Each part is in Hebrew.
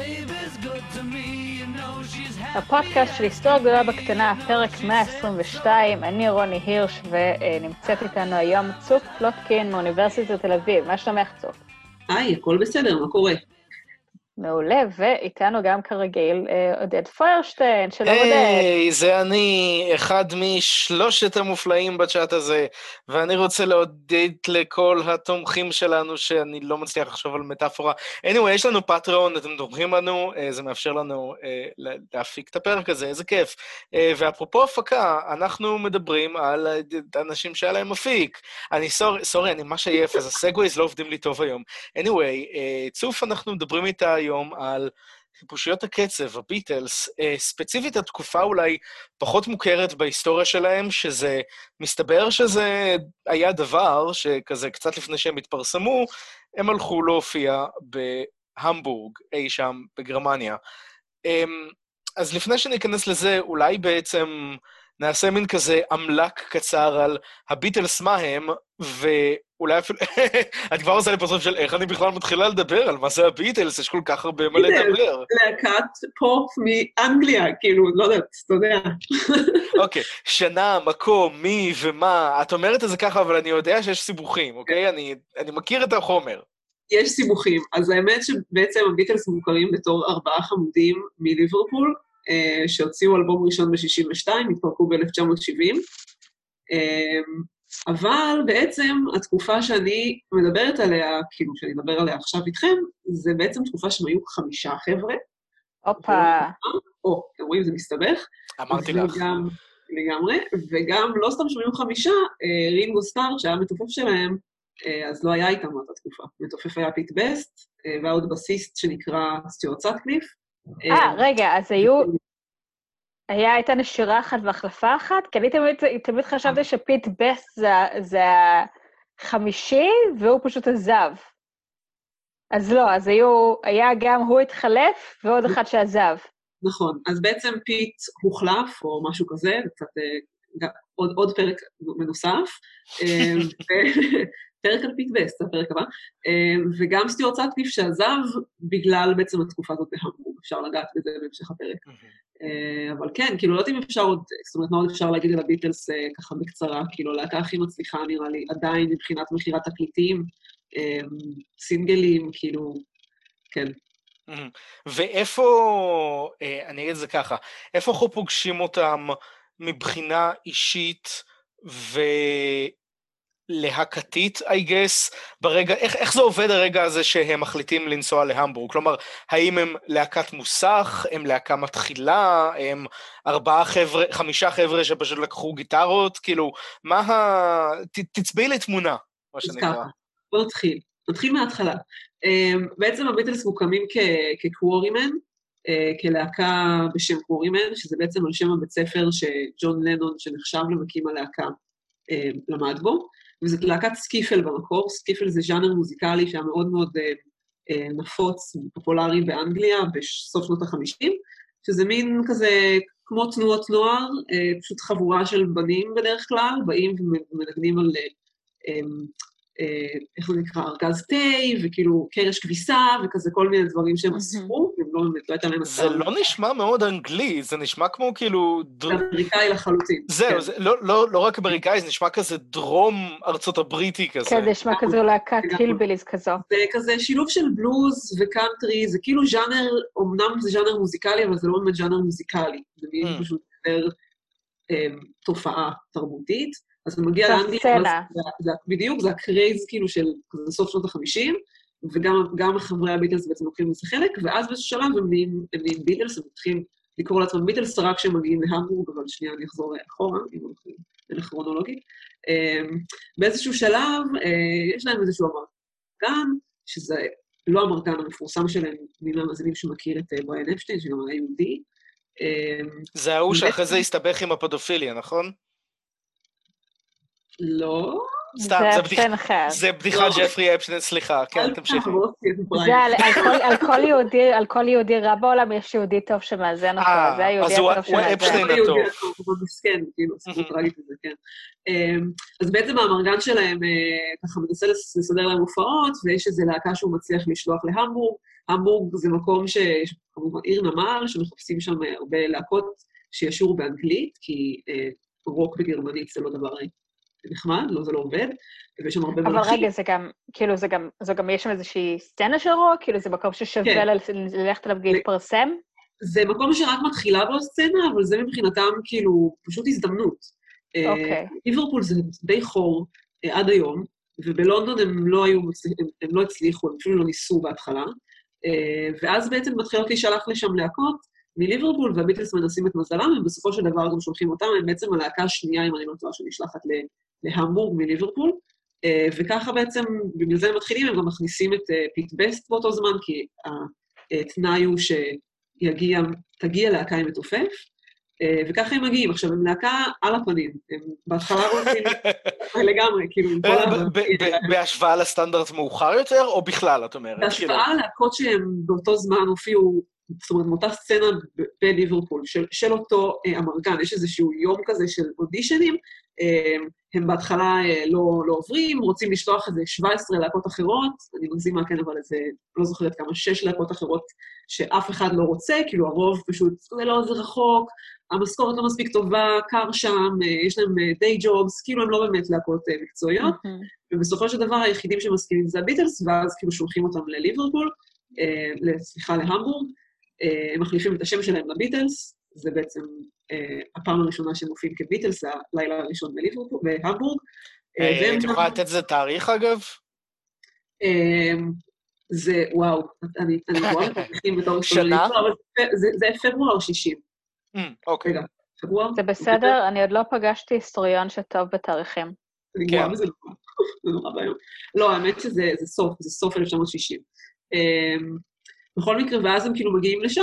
הפודקאסט של היסטוריה גדולה בקטנה, פרק 122, אני רוני הירש, ונמצאת איתנו היום צוק פלוטקין מאוניברסיטת תל אביב. מה שלומך צוק? היי, הכל בסדר, מה קורה? מעולה, ואיתנו גם כרגיל עודד פוירשטיין, שלום עודד. היי, זה אני, אחד משלושת המופלאים בצ'אט הזה, ואני רוצה להודד לכל התומכים שלנו, שאני לא מצליח לחשוב על מטאפורה. anyway, יש לנו פטריון, אתם תומכים בנו, זה מאפשר לנו להפיק את הפרק הזה, איזה כיף. ואפרופו הפקה, אנחנו מדברים על אנשים שהיה להם מפיק. סורי, אני ממש עייף, אז הסגווייז לא עובדים לי טוב היום. anyway, צוף, אנחנו מדברים איתה היום על חיפושיות הקצב, הביטלס, ספציפית התקופה אולי פחות מוכרת בהיסטוריה שלהם, שזה, מסתבר שזה היה דבר שכזה קצת לפני שהם התפרסמו, הם הלכו להופיע בהמבורג, אי שם בגרמניה. אז לפני שניכנס לזה, אולי בעצם נעשה מין כזה עמלק קצר על הביטלס מה הם, ואולי אפילו, אני כבר עושה לי פרצוף של איך אני בכלל מתחילה לדבר על מה זה הביטלס, יש כל כך הרבה מה לדבר. להקת פופ מאנגליה, כאילו, לא יודעת, אתה יודע. אוקיי, שנה, מקום, מי ומה, את אומרת את זה ככה, אבל אני יודע שיש סיבוכים, אוקיי? אני מכיר את החומר. יש סיבוכים, אז האמת שבעצם הביטלס מוכרים בתור 4 חמודים מליברפול, שהוציאו אלבום ראשון ב-62, התפרקו ב-1970, אבל בעצם התקופה שאני מדברת עליה, כאילו שאני מדבר עליה עכשיו איתכם, זה בעצם תקופה שהם היו 5 חבר'ה. אופה. רואים, זה מסתבך. אמרתי לך. לגמרי, וגם לא סתם שהם היו 5, רינגו סטאר, שהיה מתופף שלהם, אז לא היה איתם באותה תקופה. מתופף היה פיט בסט, והיה עוד בסיסט שנקרא סטיוארט סאטקליף. רגע, אז הייתה נשירה אחת והחלפה אחת? כי אני תמיד חשבתי שפיט בסט זה החמישי, והוא פשוט עזב. אז לא, אז היה גם הוא התחלף, ועוד אחד שעזב. נכון, אז בעצם פיט הוחלף, או משהו כזה, קצת עוד פרק מנוסף, פרק על פיט בסט, הפרק הבא, וגם סטיוארט סאטקליף שעזב בגלל בעצם התקופה הזאת בהמבורג, אפשר לגעת בזה בהמשך הפרק. אבל כן, כאילו לא יודעת אם אפשר עוד, זאת אומרת, מאוד אפשר להגיד על הביטלס ככה בקצרה, כאילו להקה הכי מצליחה נראה לי, עדיין מבחינת מכירת תקליטים, סינגלים, כאילו, כן. ואיפה, אני אגיד את זה ככה, איפה אנחנו פוגשים אותם מבחינה אישית ולהקתית, I guess, ברגע, איך זה עובד הרגע הזה שהם מחליטים לנסוע להמבורג? כלומר, האם הם להקת מוסך, הם להקה מתחילה, הם 5 חבר'ה שפשוט לקחו גיטרות, כאילו, תצביעי לי תמונה, מה שנקרא. בוא נתחיל מההתחלה. בעצם הביטלס מוקמים כקוורימן, כלהקה בשם קוורימן, שזה בעצם על שם הבית ספר שג'ון לנון, שנחשב למקים הלהקה, למד בו, וזו להקת סקיפל במקור. סקיפל זה ז'אנר מוזיקלי שהיה מאוד מאוד נפוץ, פופולרי באנגליה, בסוף שנות ה-50, שזה מין כזה כמו תנועות נוער, פשוט חבורה של בנים בדרך כלל, באים ומנגנים על איך זה נקרא, ארגז תה, וכאילו קרש כביסה, וכזה כל מיני דברים שהם אספו, והם לא באמת, לא הייתה להם זה לא נשמע מאוד אנגלי, זה נשמע כמו כאילו... זה אמריקאי לחלוטין. זהו, לא רק אמריקאי, זה נשמע כזה דרום ארצות הבריטי כזה. כן, זה נשמע כזה להקת הילביליז כזו. זה כזה שילוב של בלוז וקאנטרי, זה כאילו ז'אנר, אמנם זה ז'אנר מוזיקלי, אבל זה לא באמת ז'אנר מוזיקלי, זה פשוט יותר תופעה תרבותית. אז הוא מגיע לאנגליה, בדיוק, זה הקרייז כאילו של סוף שנות ה-50, וגם חברי הביטלס בעצם לוקחים לזה חלק, ואז באיזשהו שלב הם נהיים ביטלס, הם מתחילים לקרוא לעצמם ביטלס, רק כשהם מגיעים להמבורג, אבל שנייה אני אחזור אחורה, אם אנחנו נלך כרונולוגית. באיזשהו שלב, יש להם איזשהו אמרקן, שזה לא המרקן המפורסם שלהם, מן המאזינים שמכיר את בריאן אפשטיין, שגם היה יהודי. זה ההוא שאחרי זה הסתבך עם הפדופיליה, נכון? לא, סתם, זה אפשטיין אחר. זה בדיחה ג'פרי אפשטיין, סליחה, כן, תמשיכי. זה על כל יהודי רע בעולם יש יהודי טוב שמאזן אותו, זה היהודי הטוב שמאזן. אז הוא אפשטיין הטוב. הוא מסכן, כאילו, סיפור טרגית הזה, כן. אז בעצם המרגן שלהם ככה מנסה לסדר להם הופעות, ויש איזו להקה שהוא מצליח לשלוח להמבורג. המבורג זה מקום שיש כמובן עיר נמל, שמחפשים שם הרבה להקות שישרו באנגלית, כי רוק בגרמנית זה לא דבר נחמד, לא, זה לא עובד, ויש שם הרבה מלכים. אבל רגע, זה גם, כאילו, זה גם יש שם איזושהי סצנה של רוק, כאילו, זה מקום ששווה ללכת עליו להתפרסם? זה מקום שרק מתחילה בו הסצנה, אבל זה מבחינתם, כאילו, פשוט הזדמנות. ליברפול זה די חור עד היום, ובלונדון הם לא הצליחו, הם אפילו לא ניסו בהתחלה, ואז בעצם מתחילות להישלח לשם להקות, מליברפול, והביטלס מנסים את מזלם, הם בסופו של דבר גם שולחים אותם, הם בעצם הלהקה השנייה, אם אני לא טועה, שנשלחת להמבורג מליברפול, וככה בעצם, בגלל זה הם מתחילים, הם גם מכניסים את פיט בסט באותו זמן, כי התנאי הוא שתגיע להקה עם מתופף, וככה הם מגיעים. עכשיו, הם להקה על הפנים, הם בהתחלה רוצים לגמרי, כאילו... בהשוואה לסטנדרט מאוחר יותר, או בכלל, את אומרת? בהשוואה להקות שהם באותו זמן הופיעו, זאת אומרת, מאותה סצנה בליברפול, של אותו אמרגן, יש איזשהו יום כזה של אודישנים, הם בהתחלה לא עוברים, רוצים לשלוח איזה 17 להקות אחרות, אני מגזימה כן, אבל איזה, לא זוכרת כמה, 6 להקות אחרות שאף אחד לא רוצה, כאילו הרוב פשוט, זה רחוק, המשכורת לא מספיק טובה, קר שם, יש להם די ג'ובס, כאילו הם לא באמת להקות מקצועיות, ובסופו של דבר היחידים שמסכימים זה הביטלס, ואז כאילו שולחים אותם לליברפול, להמבורג, הם מחליפים את השם שלהם לביטלס, זה בעצם הפעם הראשונה שהם מופיעים כביטלס, הלילה הראשון בהמבורג. את יכולה לתת איזה תאריך, אגב? זה, וואו, אני רואה את התאריכים בתור... שנה? זה פברואר 60. אוקיי. רגע, פברואר? זה בסדר, אני עוד לא פגשתי היסטוריון שטוב בתאריכים. אני גרועה בזה, זה נורא ביום. לא, האמת שזה סוף 1960. בכל מקרה, ואז הם כאילו מגיעים לשם,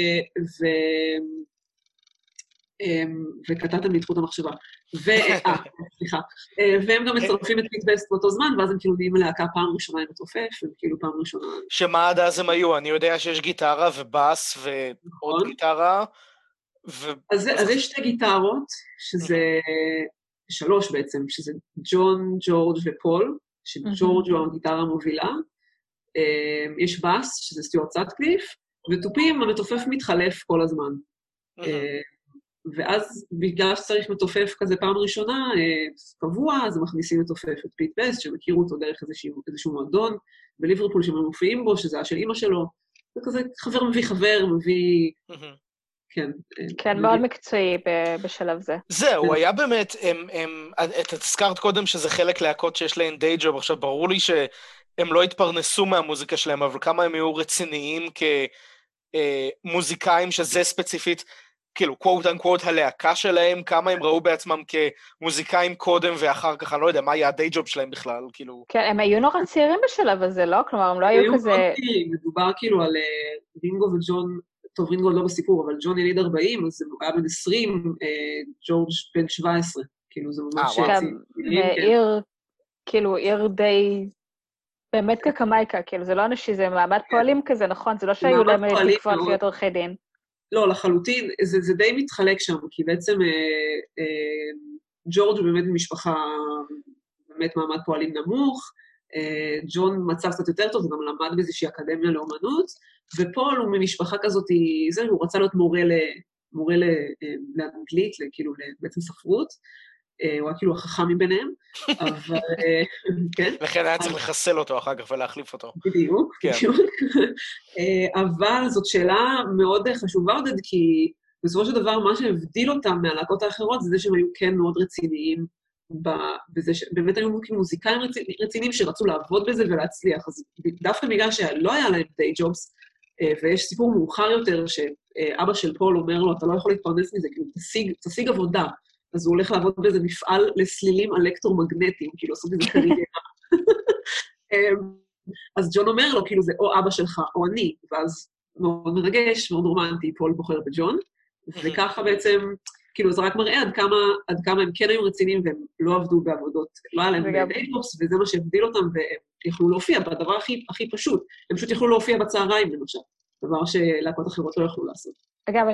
וקטעתם לי את חוט המחשבה. סליחה. והם גם מצרפים את פיט בסט באותו זמן, ואז הם כאילו נהיים להקה פעם ראשונה עם מתופף, הם כאילו פעם ראשונה... שמה עד אז הם היו? אני יודע שיש גיטרה ובאס ועוד גיטרה. אז יש 2 גיטרות, שזה 3 בעצם, שזה ג'ון, ג'ורג' ופול, שג'ורג' הוא הגיטרה המובילה, יש בס, שזה סטיוארט סטקליף, ותופים, המתופף מתחלף כל הזמן. ואז בגלל שצריך מתופף כזה פעם ראשונה, קבוע, אז הם מכניסים מתופף את פיט בסט, שהם הכירו אותו דרך איזשהו מועדון, בליברפול שהם מופיעים בו, שזה היה של אמא שלו, זה כזה חבר מביא חבר, מביא... כן. כן, מאוד מקצועי בשלב זה. זהו, היה באמת, את הזכרת קודם שזה חלק להקות שיש להן די ג'וב, עכשיו ברור לי שהם לא התפרנסו מהמוזיקה שלהם, אבל כמה הם היו רציניים כמוזיקאים, שזה ספציפית, כאילו, quote unquote, הלהקה שלהם, כמה הם ראו בעצמם כמוזיקאים קודם ואחר כך, אני לא יודע, מה היה הדי ג'וב שלהם בכלל, כאילו... כן, הם היו נורא צעירים בשלב הזה, לא? כלומר, הם לא היו כזה... מדובר כאילו על רינגו וג'ון, טוב, רינגו לא בסיפור, אבל ג'ון יליד 40, אז הוא היה בן 20, ג'ורג' בן 17, כאילו, זה ממש... עיר, כאילו, עיר די... באמת כקמייקה, כאילו, זה לא אנשי, זה מעמד פועלים כזה, נכון? זה לא שהיו להם תקוות להיות עורכי דין. לא, לחלוטין, זה די מתחלק שם, כי בעצם ג'ורג' הוא באמת במשפחה, באמת מעמד פועלים נמוך, ג'ון מצב קצת יותר טוב, הוא גם למד באיזושהי אקדמיה לאומנות, ופול הוא ממשפחה כזאת, הוא רצה להיות מורה לאנגלית, כאילו בעצם ספרות, הוא היה כאילו החכם מביניהם, אבל כן. לכן היה צריך לחסל אותו אחר כך ולהחליף אותו. בדיוק, בדיוק. אבל זאת שאלה מאוד חשובה עודד, כי בסופו של דבר מה שהבדיל אותם מהלהקות האחרות, זה שהם היו כן מאוד רציניים, בזה שבאמת היו מוזיקאים רציניים שרצו לעבוד בזה ולהצליח, אז דווקא בגלל שלא היה להם די ג'ובס, ויש סיפור מאוחר יותר שאבא של פול אומר לו, אתה לא יכול להתפרנס מזה, כאילו תשיג עבודה, אז הוא הולך לעבוד באיזה מפעל לסלילים אלקטרומגנטיים, כאילו עשו בזה קריירה. אז ג'ון אומר לו, כאילו זה או אבא שלך או אני, ואז מאוד מרגש, מאוד רומנטי, פול בוחר בג'ון, וככה בעצם כאילו זה רק מראה עד כמה הם כן היו רציניים והם לא עבדו בעבודות, לא היה להם דייטופס, וזה מה שהבדיל אותם, והם יכלו להופיע בדבר הכי פשוט. הם פשוט יכלו להופיע בצהריים, למשל, דבר שלהקות אחרות לא יכלו לעשות. אגב,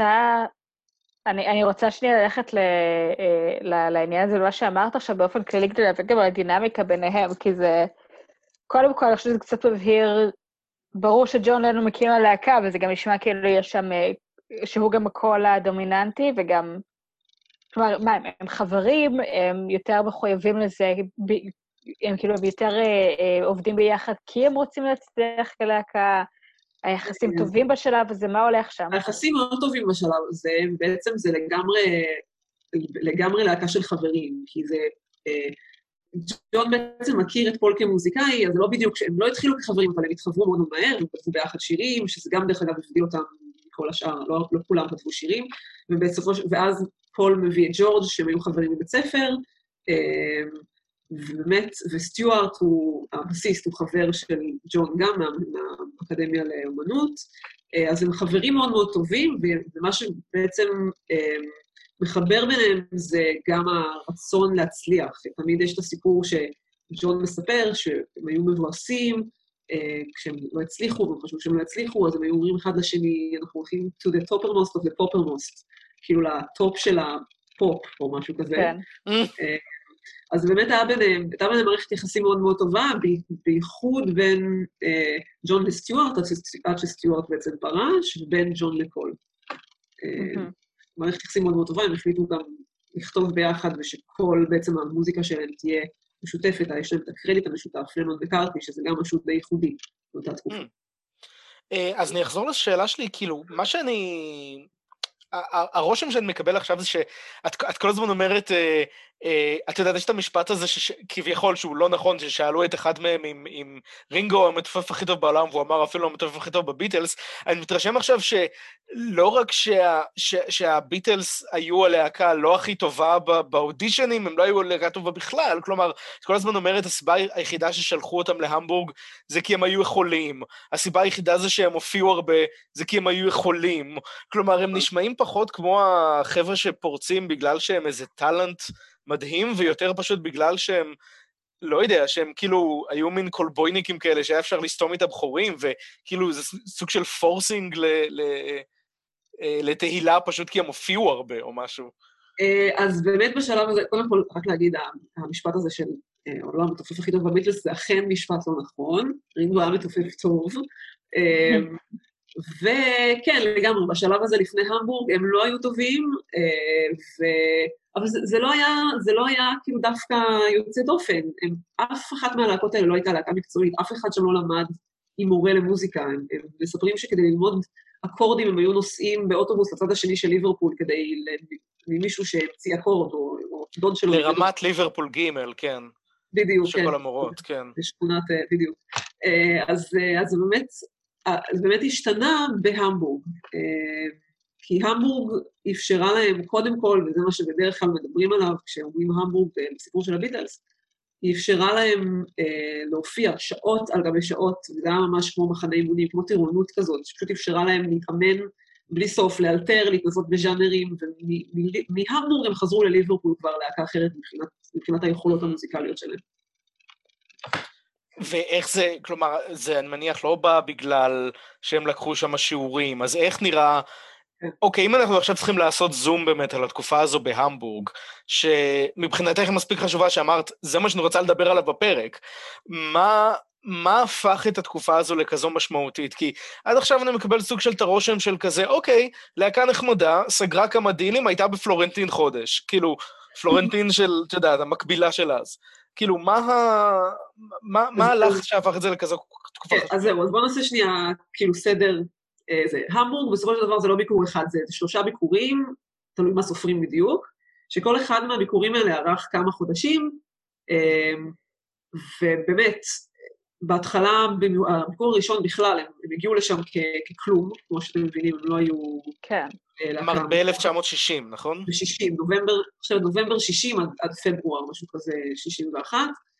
אני רוצה שנייה ללכת לעניין הזה, מה שאמרת עכשיו באופן כללי, כדי להבין גם על הדינמיקה ביניהם, כי זה, קודם כל, אני חושבת שזה קצת מבהיר, ברור שג'ון לנו מכיר ללהקה, וזה גם נשמע כאילו יש שם, שהוא גם הקול הדומיננטי, וגם, כלומר, מה, הם חברים, הם יותר מחויבים לזה, הם כאילו יותר עובדים ביחד, כי הם רוצים להצליח כלהקה, היחסים טובים בשלב הזה, מה הולך שם? היחסים מאוד טובים בשלב הזה, בעצם זה לגמרי להקה של חברים, כי זה, ג'ון בעצם מכיר את פול כמוזיקאי, אז זה לא בדיוק, הם לא התחילו כחברים, אבל הם התחברו מאוד מהר, הם כתבו ביחד שירים, שזה גם דרך אגב הבדיל אותם מכל השאר, לא כולם כתבו שירים, ואז פול מביא את ג'ורג' שהם היו חברים בבית ספר, ובאמת, וסטיוארט הוא, הבסיסט הוא חבר של ג'ון גם מהאקדמיה לאומנות, אז הם חברים מאוד מאוד טובים, ומה שבעצם מחבר ביניהם זה גם הרצון להצליח. תמיד יש את הסיפור שג'ון מספר שהם היו מבואסים, כשהם לא הצליחו, והם חשבו שהם לא הצליחו, אז הם היו אומרים אחד לשני, אנחנו הולכים to the toppermost of the poppermost, כאילו לטופ של הפופ או משהו כזה. כן. אז באמת הייתה ביניהם מערכת יחסים מאוד מאוד טובה, בייחוד בין ג'ון לסטיוארט, עד שסטיוארט בעצם פרש, ובין ג'ון לפול. מערכת יחסים מאוד מאוד טובה, הם החליטו גם לכתוב ביחד, ושכל בעצם המוזיקה שלהם תהיה משותפת, יש להם את הקרדיט המשותף, לנון מקארטני, שזה גם משהו די ייחודי באותה תקופה. אז אני אחזור לשאלה שלי, כאילו, מה שאני... הרושם שאני מקבל עכשיו זה שאת כל הזמן אומרת, את יודעת, יש את המשפט הזה כביכול שהוא לא נכון, ששאלו את אחד מהם עם רינגו המתופף הכי טוב בעולם, והוא אמר אפילו המתופף הכי טוב בביטלס, אני מתרשם עכשיו שלא רק שהביטלס היו הלהקה לא הכי טובה באודישנים, הם לא היו הלהקה טובה בכלל, כלומר, את כל הזמן אומרת, הסיבה היחידה ששלחו אותם להמבורג זה כי הם היו יכולים, הסיבה היחידה זה שהם הופיעו הרבה זה כי הם היו יכולים, כלומר, הם נשמעים פחות כמו החבר'ה שפורצים בגלל שהם איזה טלנט מדהים, ויותר פשוט בגלל שהם, לא יודע, שהם כאילו היו מין קולבויניקים כאלה, שהיה אפשר לסתום איתם חורים, וכאילו זה סוג של פורסינג לתהילה פשוט כי הם הופיעו הרבה או משהו. אז באמת בשלב הזה, קודם כל, רק להגיד, המשפט הזה של לא המתופף הכי טוב בביטלס, זה אכן משפט לא נכון, רינגו היה מתופף טוב, וכן, לגמרי, בשלב הזה לפני המבורג הם לא היו טובים, אבל זה לא היה כאילו דווקא יוצא דופן, אף אחת מהלהקות האלה לא הייתה להקה מקצועית, אף אחד שם לא למד עם מורה למוזיקה, הם מספרים שכדי ללמוד אקורדים הם היו נוסעים באוטובוס לצד השני של ליברפול, כדי למישהו שהמציא אקורד, או דוד שלו. לרמת ליברפול ג' כן. בדיוק, כן. שכל המורות, כן. בשכונת, בדיוק. אז זה באמת השתנה בהמבורג, כי המבורג אפשרה להם קודם כל, וזה מה שבדרך כלל מדברים עליו, כשאומרים המבורג בסיפור של הביטלס, היא אפשרה להם להופיע שעות על גבי שעות, וזה היה ממש כמו מחנה אימונים, כמו טירונות כזאת, שפשוט אפשרה להם להתאמן בלי סוף, לאלתר, להתנסות בז'אנרים, ומהמבורג הם חזרו לליברפול כבר להקה אחרת מבחינת היכולות המוזיקליות שלהם. ואיך זה, כלומר, זה אני מניח לא בא בגלל שהם לקחו שם שיעורים, אז איך נראה, אוקיי, אם אנחנו עכשיו צריכים לעשות זום באמת על התקופה הזו בהמבורג, שמבחינתך מספיק חשובה שאמרת, זה מה שאני רוצה לדבר עליו בפרק, מה הפך את התקופה הזו לכזו משמעותית? כי עד עכשיו אני מקבל סוג של תרושם של כזה, אוקיי, להקה נחמדה, סגרה כמה דילים, הייתה בפלורנטין חודש, כאילו, פלורנטין של, אתה יודע, המקבילה של אז. כאילו, מה הלך שהפך את זה לכזו תקופה חשובה? אז זהו, אז בואו נעשה שנייה, כאילו, סדר, המבורג, בסופו של דבר זה לא ביקור אחד, זה 3 ביקורים, תלוי מה סופרים בדיוק, שכל אחד מהביקורים האלה ערך כמה חודשים, ובאמת, בהתחלה, הביקור הראשון בכלל, הם הגיעו לשם ככלום, כמו שאתם מבינים, הם לא היו... כן. אמרת ב-1960, נכון? ב-60, נובמבר 60 עד פברואר, משהו כזה 61.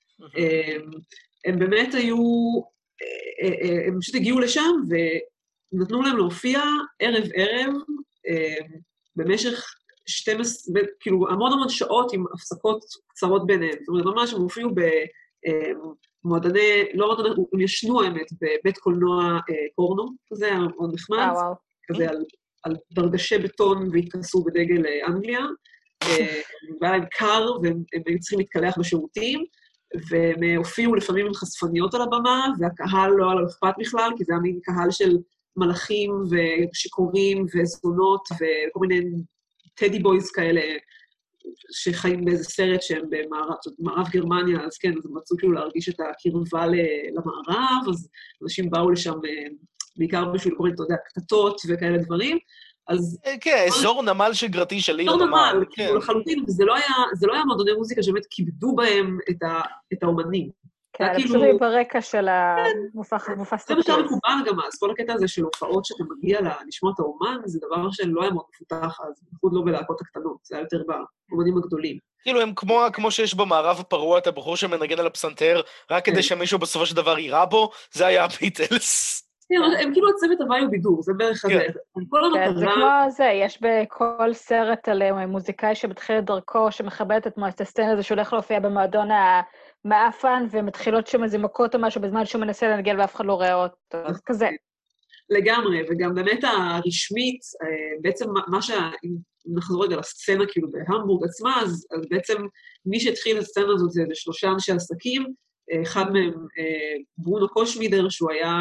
הם באמת היו, הם פשוט הגיעו לשם, ונתנו להם להופיע ערב-ערב, במשך כאילו המון שעות עם הפסקות קצרות ביניהם. זאת אומרת, ממש הם הופיעו במועדני, לא מועדני, הם ישנו האמת, בבית קולנוע פורנו, זה היה מאוד נחמד, כזה על דרגשי בטון והתכנסו בדגל אנגליה, והיה להם קר, והם היו צריכים להתקלח בשירותים, והם הופיעו לפעמים עם חשפניות על הבמה, והקהל לא היה לו אכפת בכלל, כי זה היה מין קהל של מלאכים ושיכורים וזונות, וכל מיני טדי בויז כאלה, שחיים באיזה סרט שהם במערב גרמניה, אז כן, אז הם רצו כאילו להרגיש את הקרבה למערב, אז אנשים באו לשם בעיקר בשביל כל מיני, אתה יודע, קטטות וכאלה דברים, אז... כן, אזור נמל שגרתי של עיר נמל. נמל, אזור נמל, לחלוטין, וזה לא היה מועדוני מוזיקה שבאמת כיבדו בהם את האומנים. כן, זה פשוט ברקע של המופע סטטוס. זה בשביל מקובל גם אז, כל הקטע הזה של הופעות שאתה מגיע לשמוע את האומן, זה דבר שלא היה מאוד מפותח אז, בייחוד לא בלהקות הקטנות, זה היה יותר באומנים הגדולים. כאילו הם כמו שיש במערב הפרוע את הבחור שמנגן על הפסנתר, רק כדי שמישהו בסופו של דבר יירה בו, זה היה הביטלס. הם כאילו הצוות הוואי ובידור, זה בערך הזה. זה כמו זה, יש בכל סרט על מוזיקאי שמתחיל את דרכו, שמכבד את מועצת הסצנה הזה, שהולך להופיע במועדון המאפן, ומתחילות שם איזה מכות או משהו, בזמן שהוא מנסה לנגן ואף אחד לא רואה אותו, אז כזה. לגמרי, וגם באמת הרשמית, בעצם מה אם נחזור רגע לסצנה כאילו בהמבורג עצמה, אז בעצם מי שהתחיל את הסצנה הזאת זה 3 אנשי עסקים, אחד מהם ברונו קושמידר, שהוא היה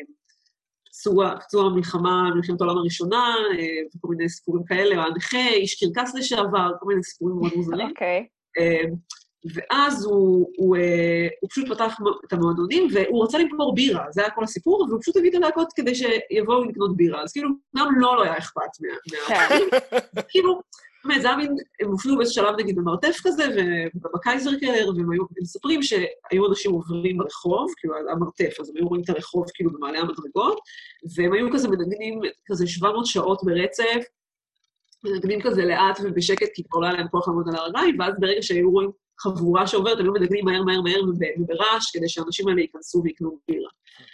פצוע מלחמת העולם הראשונה, וכל מיני סיפורים כאלה, הנכה, איש קרקס לשעבר, כל מיני סיפורים מאוד מוזרים. אוקיי. ואז הוא פשוט פתח את המועדונים, והוא רצה למכור בירה, זה היה כל הסיפור, והוא פשוט הביא את הלהקות כדי שיבואו לקנות בירה, אז כאילו, גם לא היה אכפת מהאחרים. כאילו, באמת, זה היה מין, הם הופיעו באיזה שלב נגיד במרתף כזה, ובקייזר קלר, והם מספרים שהיו אנשים עוברים ברחוב, כאילו, המרתף, אז הם היו רואים את הרחוב כאילו במעלה המדרגות, והם היו כזה מנגנים כזה 700 שעות ברצף, מנגנים כזה לאט ובשקט, כי כבר לא היה להם כוח לעמוד על הרגליים, ואז ברגע שהיו רואים חבורה שעוברת, הם היו מנגנים מהר וברעש, כדי שהאנשים האלה ייכנסו ויקנו בירה.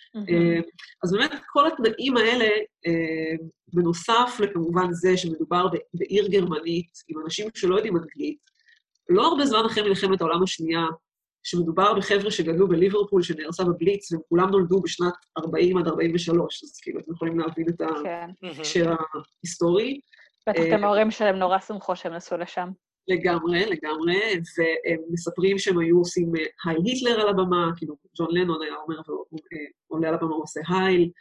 אז באמת, כל התנאים האלה, בנוסף לכמובן זה שמדובר בעיר גרמנית, עם אנשים שלא יודעים אנגלית, לא הרבה זמן אחרי מלחמת העולם השנייה, שמדובר בחבר'ה שגדלו בליברפול, שנהרסה בבליץ, והם כולם נולדו בשנת 40 עד 43, אז כאילו, אתם יכולים להבין את ההקשר ההיסטורי. בטח את המהורים שלהם נורא שמחו שהם נסעו לשם. לגמרי, והם מספרים שהם היו עושים היי היטלר על הבמה, כאילו ג'ון לנון היה אומר, ועולה על הבמה הוא עושה הייל,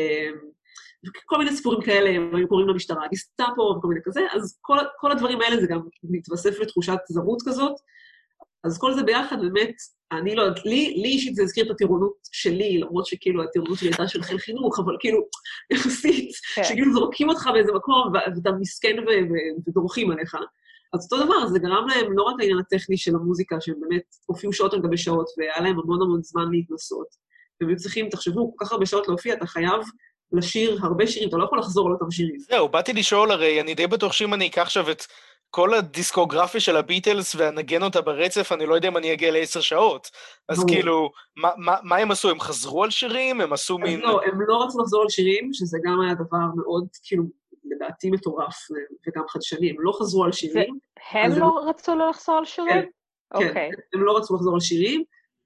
וכל מיני סיפורים כאלה, הם היו קוראים למשטרה גסטאפו וכל מיני כזה, אז כל הדברים האלה זה גם מתווסף לתחושת זרות כזאת, אז כל זה ביחד באמת, אני לא יודעת, לי אישית זה הזכיר את הטירונות שלי, למרות שכאילו הטירונות שלי הייתה של חיל חינוך, אבל כאילו יחסית, שכאילו זורקים אותך באיזה מקום, ואתה מסכן ודורכים עליך, אז אותו דבר, זה גרם להם לא רק העניין הטכני של המוזיקה, שהם באמת הופיעו שעות על גבי שעות, והיה להם המון זמן להתנסות. והם היו צריכים, תחשבו, כל כך הרבה שעות להופיע, אתה חייב לשיר הרבה שירים, אתה לא יכול לחזור על אותם שירים. זהו, באתי לשאול, הרי אני די בטוח שאם אני אקח עכשיו את כל הדיסקוגרפיה של הביטלס ואנגן אותה ברצף, אני לא יודע אם אני אגיע ל10 שעות. אז כאילו, מה הם עשו? הם חזרו על שירים? הם עשו מין... לא, הם לא רצו לחזור על שירים, שזה גם היה דבר מאוד, כאילו, לדעתי מטורף וגם חדשני, הם לא חזרו על שירים. הם לא רצו לא לחזור על שירים? כן, הם לא רצו לחזור על שירים,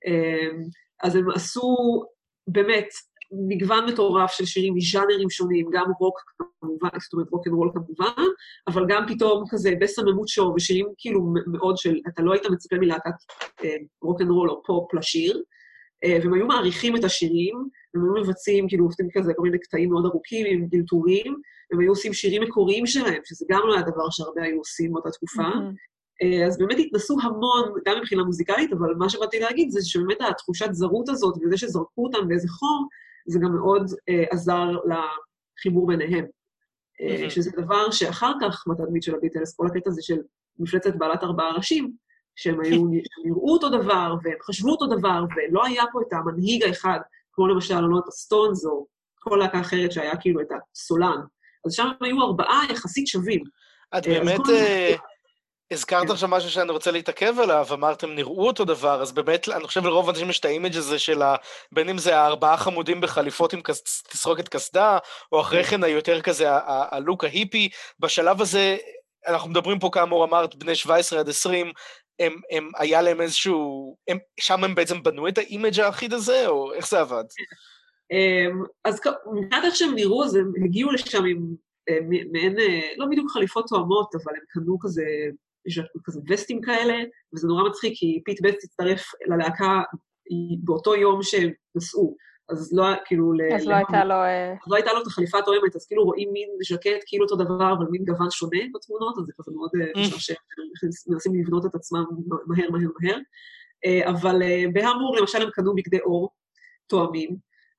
אז הם עשו באמת מגוון מטורף של שירים מז'אנרים שונים, גם רוק כמובן, זאת אומרת רוק אנד רול כמובן, אבל גם פתאום כזה בסממות שואו ושירים כאילו מאוד של, אתה לא היית מצפה מלהקת רוק אנד רול או פופ לשיר, והם היו מעריכים את השירים, הם היו מבצעים, כאילו עובדים כזה כל מיני קטעים מאוד ארוכים עם דלתורים, הם היו עושים שירים מקוריים שלהם, שזה גם לא היה דבר שהרבה היו עושים באותה תקופה, אז באמת התנסו המון, גם מבחינה מוזיקלית, אבל מה שבאתי להגיד זה שבאמת התחושת זרות הזאת, וזה שזרקו אותם באיזה חור, זה גם מאוד עזר לחיבור ביניהם. שזה דבר שאחר כך, בתדמית של הביטלס, כל הקטע הזה של מפלצת בעלת 4 ראשים, שהם נראו אותו דבר, והם חשבו אותו דבר, ולא היה פה את המנהיג האחד, כמו למשל, לא את הסטונס, או כל להקה אחרת שהיה כאילו את הסולן. אז שם היו 4 יחסית שווים. את באמת הזכרת עכשיו משהו שאני רוצה להתעכב עליו, אמרתם נראו אותו דבר, אז באמת, אני חושב לרוב אנשים יש את האימג' הזה של בין אם זה 4 חמודים בחליפות עם תסרוקת קסדה, או אחרי כן היותר כזה הלוק ההיפי, בשלב הזה, אנחנו מדברים פה כאמור, אמרת, בני 17 עד 20, הם היה להם איזשהו, שם הם בעצם בנו את האימג' האחיד הזה, או איך זה עבד? אז מבחינת איך שהם נראו, אז הם הגיעו לשם עם מעין, לא בדיוק חליפות תואמות, אבל הם קנו כזה וסטים כאלה, וזה נורא מצחיק, כי פיט בסט הצטרף ללהקה באותו יום שהם נסעו, אז לא, כאילו... אז לא הייתה לו... לא הייתה לו את החליפה התואמת, אז כאילו רואים מין ז'קט, כאילו אותו דבר, אבל מין גוון שונה בתמונות, אז זה כזה מאוד משעשע, מנסים לבנות את עצמם מהר, מהר, מהר. אבל בהמבורג, למשל, הם קנו בגדי אור תואמים,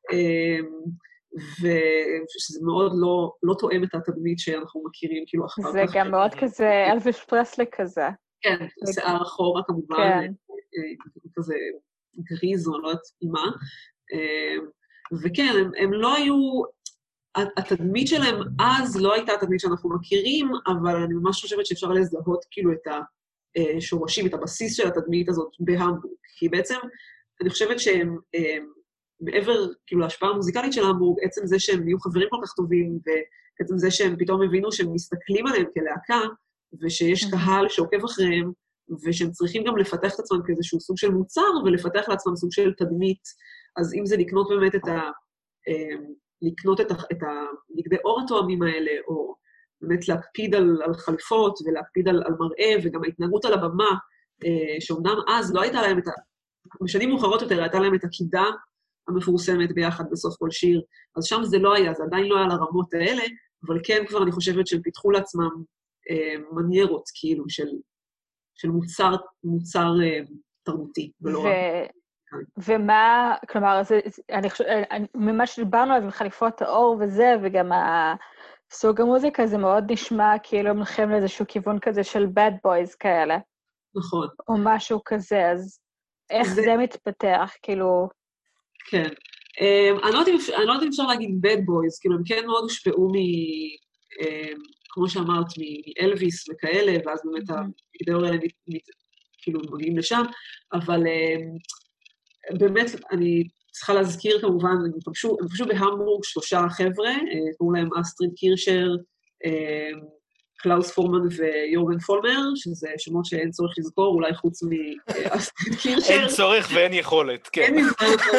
ושזה מאוד לא תואם את התדמית שאנחנו מכירים, כאילו אחר כך. זה גם מאוד כזה, אלוויס פרסלי כזה. כן, שיער אחורה כמובן, כזה גריז, או לא יודעת מה. וכן, הם לא היו, התדמית שלהם אז לא הייתה התדמית שאנחנו מכירים, אבל אני ממש חושבת שאפשר לזהות כאילו את השורשים, את הבסיס של התדמית הזאת בהמבורג, כי בעצם אני חושבת שהם, מעבר כאילו להשפעה המוזיקלית של המבורג, עצם זה שהם נהיו חברים כל כך טובים, ועצם זה שהם פתאום הבינו שהם מסתכלים עליהם כלהקה, ושיש קהל שעוקב אחריהם, ושהם צריכים גם לפתח את עצמם כאיזשהו סוג של מוצר, ולפתח לעצמם סוג של תדמית, אז אם זה לקנות באמת לקנות את הבגדי אור התואמים האלה, או באמת להקפיד על חליפות, ולהקפיד על מראה, וגם ההתנהגות על הבמה, שאומנם אז לא הייתה להם בשנים מאוחרות יותר הייתה להם את הקידה המפורסמת ביחד בסוף כל שיר, אז שם זה לא היה, זה עדיין לא היה לרמות האלה, אבל כן כבר אני חושבת שהם פיתחו לעצמם מניירות, כאילו, של מוצר תרבותי, ולא רק. ומה, כלומר, ממש דיברנו על חליפות האור וזה, וגם סוג המוזיקה, זה מאוד נשמע כאילו הם הולכים לאיזשהו כיוון כזה של bad boys כאלה. נכון. או משהו כזה, אז איך זה מתפתח, כאילו... כן. אני לא יודעת אם אפשר להגיד bad boys, כאילו הם כן מאוד הושפעו כמו שאמרת, מאלוויס וכאלה, ואז באמת הבגדי אור האלה כאילו מגיעים לשם, אבל באמת אני צריכה להזכיר כמובן, הם פגשו בהמבורג 3 חבר'ה, קראו להם אסטריד קירשר, קלאוס פורמן ויורגן פולמר, שזה שמות שאין צורך לזכור, אולי חוץ מאסטריד קירשר. אין צורך ואין יכולת, כן. אין יכולת.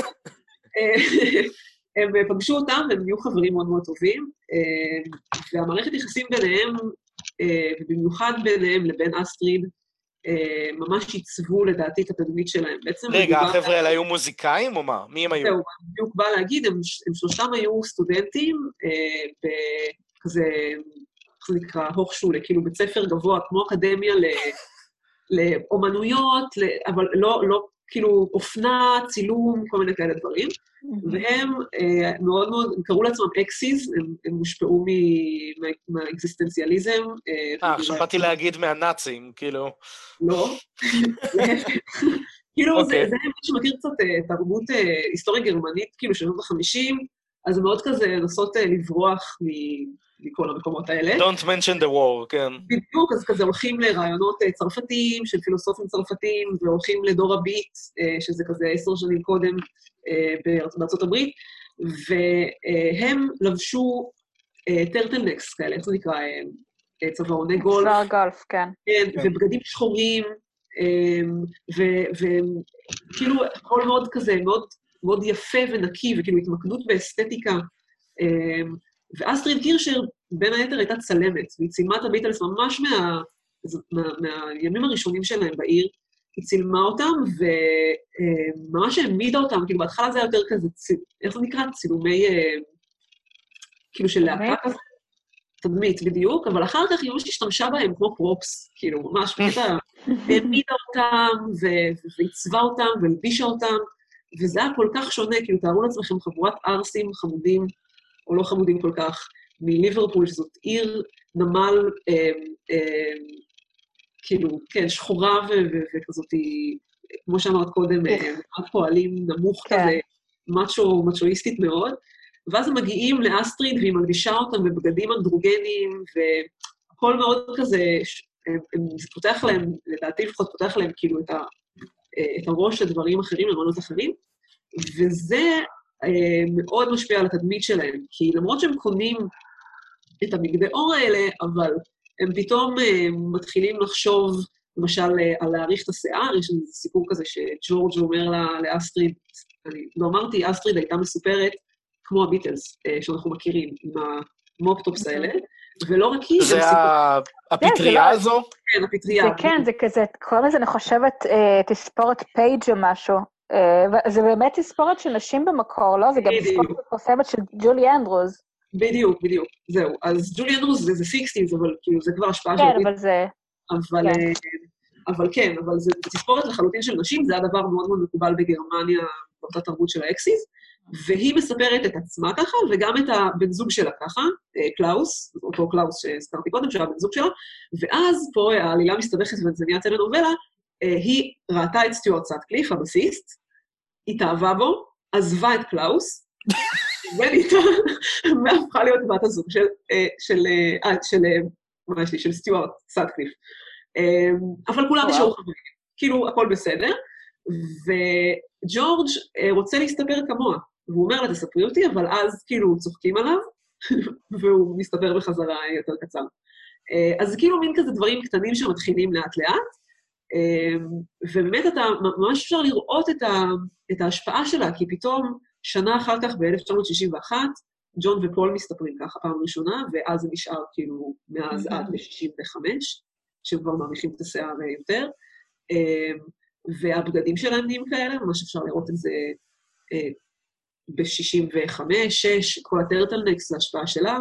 הם פגשו אותם, והם נהיו חברים מאוד מאוד טובים, והמערכת יחסים ביניהם, ובמיוחד ביניהם לבין אסטריד, ממש ייצבו לדעתי את התדמית שלהם. רגע, החבר'ה האלה היו מוזיקאים או מה? מי הם היו? זהו, בדיוק בא להגיד, הם שלושתם היו סטודנטים, בכזה, איך זה נקרא, הוכשולה, כאילו בית ספר גבוה, כמו אקדמיה לאומנויות, אבל לא כאילו אופנה, צילום, כל מיני כאלה דברים, והם מאוד מאוד, הם קראו לעצמם אקסיז, הם מושפעו מהאקזיסטנציאליזם. עכשיו באתי להגיד מהנאצים, כאילו. לא, כאילו זה שמכיר קצת תרבות היסטוריה גרמנית, כאילו שנות ה-50, אז זה מאוד כזה לנסות לברוח מכל המקומות האלה. Don't mention the war, כן. בדיוק, אז כזה הולכים לרעיונות צרפתיים, של פילוסופים צרפתיים, והולכים לדור הביט, שזה כזה 10 שנים קודם בארצות הברית, והם לבשו טרטלנקס כאלה, איך זה נקרא? צווארוני גולף. צוואר גולף, כן. כן, ובגדים שחורים, וכאילו, הכל מאוד כזה, מאוד יפה ונקי, וכאילו התמקדות באסתטיקה, ואסטריד קירשר, בין היתר, הייתה צלמת, והיא צילמה את הביטלס ממש מהימים הראשונים שלהם בעיר, היא צילמה אותם, וממש העמידה אותם, כאילו בהתחלה זה היה יותר כזה, איך זה נקרא? צילומי, כאילו של להקה כזה, תדמית בדיוק, אבל אחר כך היא ממש השתמשה בהם כמו פרופס, כאילו ממש בקטע, העמידה אותם, ועיצבה אותם, ולבישה אותם, וזה היה כל כך שונה, כאילו תארו לעצמכם חבורת ארסים חמודים, או לא חמודים כל כך, מליברפול, שזאת עיר נמל, כאילו, כן, שחורה וכזאת, כמו שאמרת קודם, פועלים נמוך כזה, מצ'ואיסטית מאוד, ואז הם מגיעים לאסטריד, והיא מלבישה אותם בבגדים אנדרוגנים, והכל מאוד כזה, זה פותח להם, לדעתי לפחות פותח להם כאילו את הראש לדברים אחרים, למענות אחרים, וזה מאוד משפיע על התדמית שלהם, כי למרות שהם קונים את הבגדי אור האלה, אבל הם פתאום מתחילים לחשוב, למשל, על להאריך את השיער, יש איזה סיפור כזה שג'ורג' אומר לאסטריד, אני לא אמרתי, אסטריד הייתה מסופרת כמו הביטלס, שאנחנו מכירים, עם המופטופס האלה, ולא רק היא, זה הפטריה הזו? כן, הפטריה. זה כן, זה כזה, קוראים לזה, אני חושבת, תספורת פייג' או משהו. זה באמת תספורת של נשים במקור, לא? זה גם תספורת מפורסמת של ג'ולי אנדרוס. בדיוק, זהו. אז ג'ולי אנדרוס זה 60s, אבל כאילו זה כבר השפעה של... כן, אבל זה... אבל זה תספורת לחלוטין של נשים, זה היה דבר מאוד מאוד מקובל בגרמניה, באותה תרבות של האקסיס, והיא מספרת את עצמה ככה, וגם את הבן זוג שלה ככה, קלאוס, אותו קלאוס שהזכרתי קודם, שהיה בן זוג שלה, ואז פה העלילה מסתבכת וזה נהיה טלנובלה, היא ראתה את סטיוארט סאטקליף, הבסיסט, התאהבה בו, עזבה את קלאוס, והפכה להיות בת הזוג של סטיוארט סאטקליף. אבל כולם נשארו חברים, כאילו הכל בסדר, וג'ורג' רוצה להסתפר כמוה, והוא אומר לה, תספרי אותי, אבל אז כאילו צוחקים עליו, והוא מסתפר בחזרה יותר קצר. אז כאילו מין כזה דברים קטנים שמתחילים לאט לאט, ובאמת אתה ממש אפשר לראות את ההשפעה שלה, כי פתאום שנה אחר כך, ב-1961, ג'ון ופול מסתפרים ככה פעם ראשונה, ואז זה נשאר כאילו מאז עד ל-65, שהם כבר מעריכים את השיער יותר, והבגדים שלהם נהיים כאלה, ממש אפשר לראות את זה ב-65, 6, כל הטרטלנקס, זה השפעה שלה.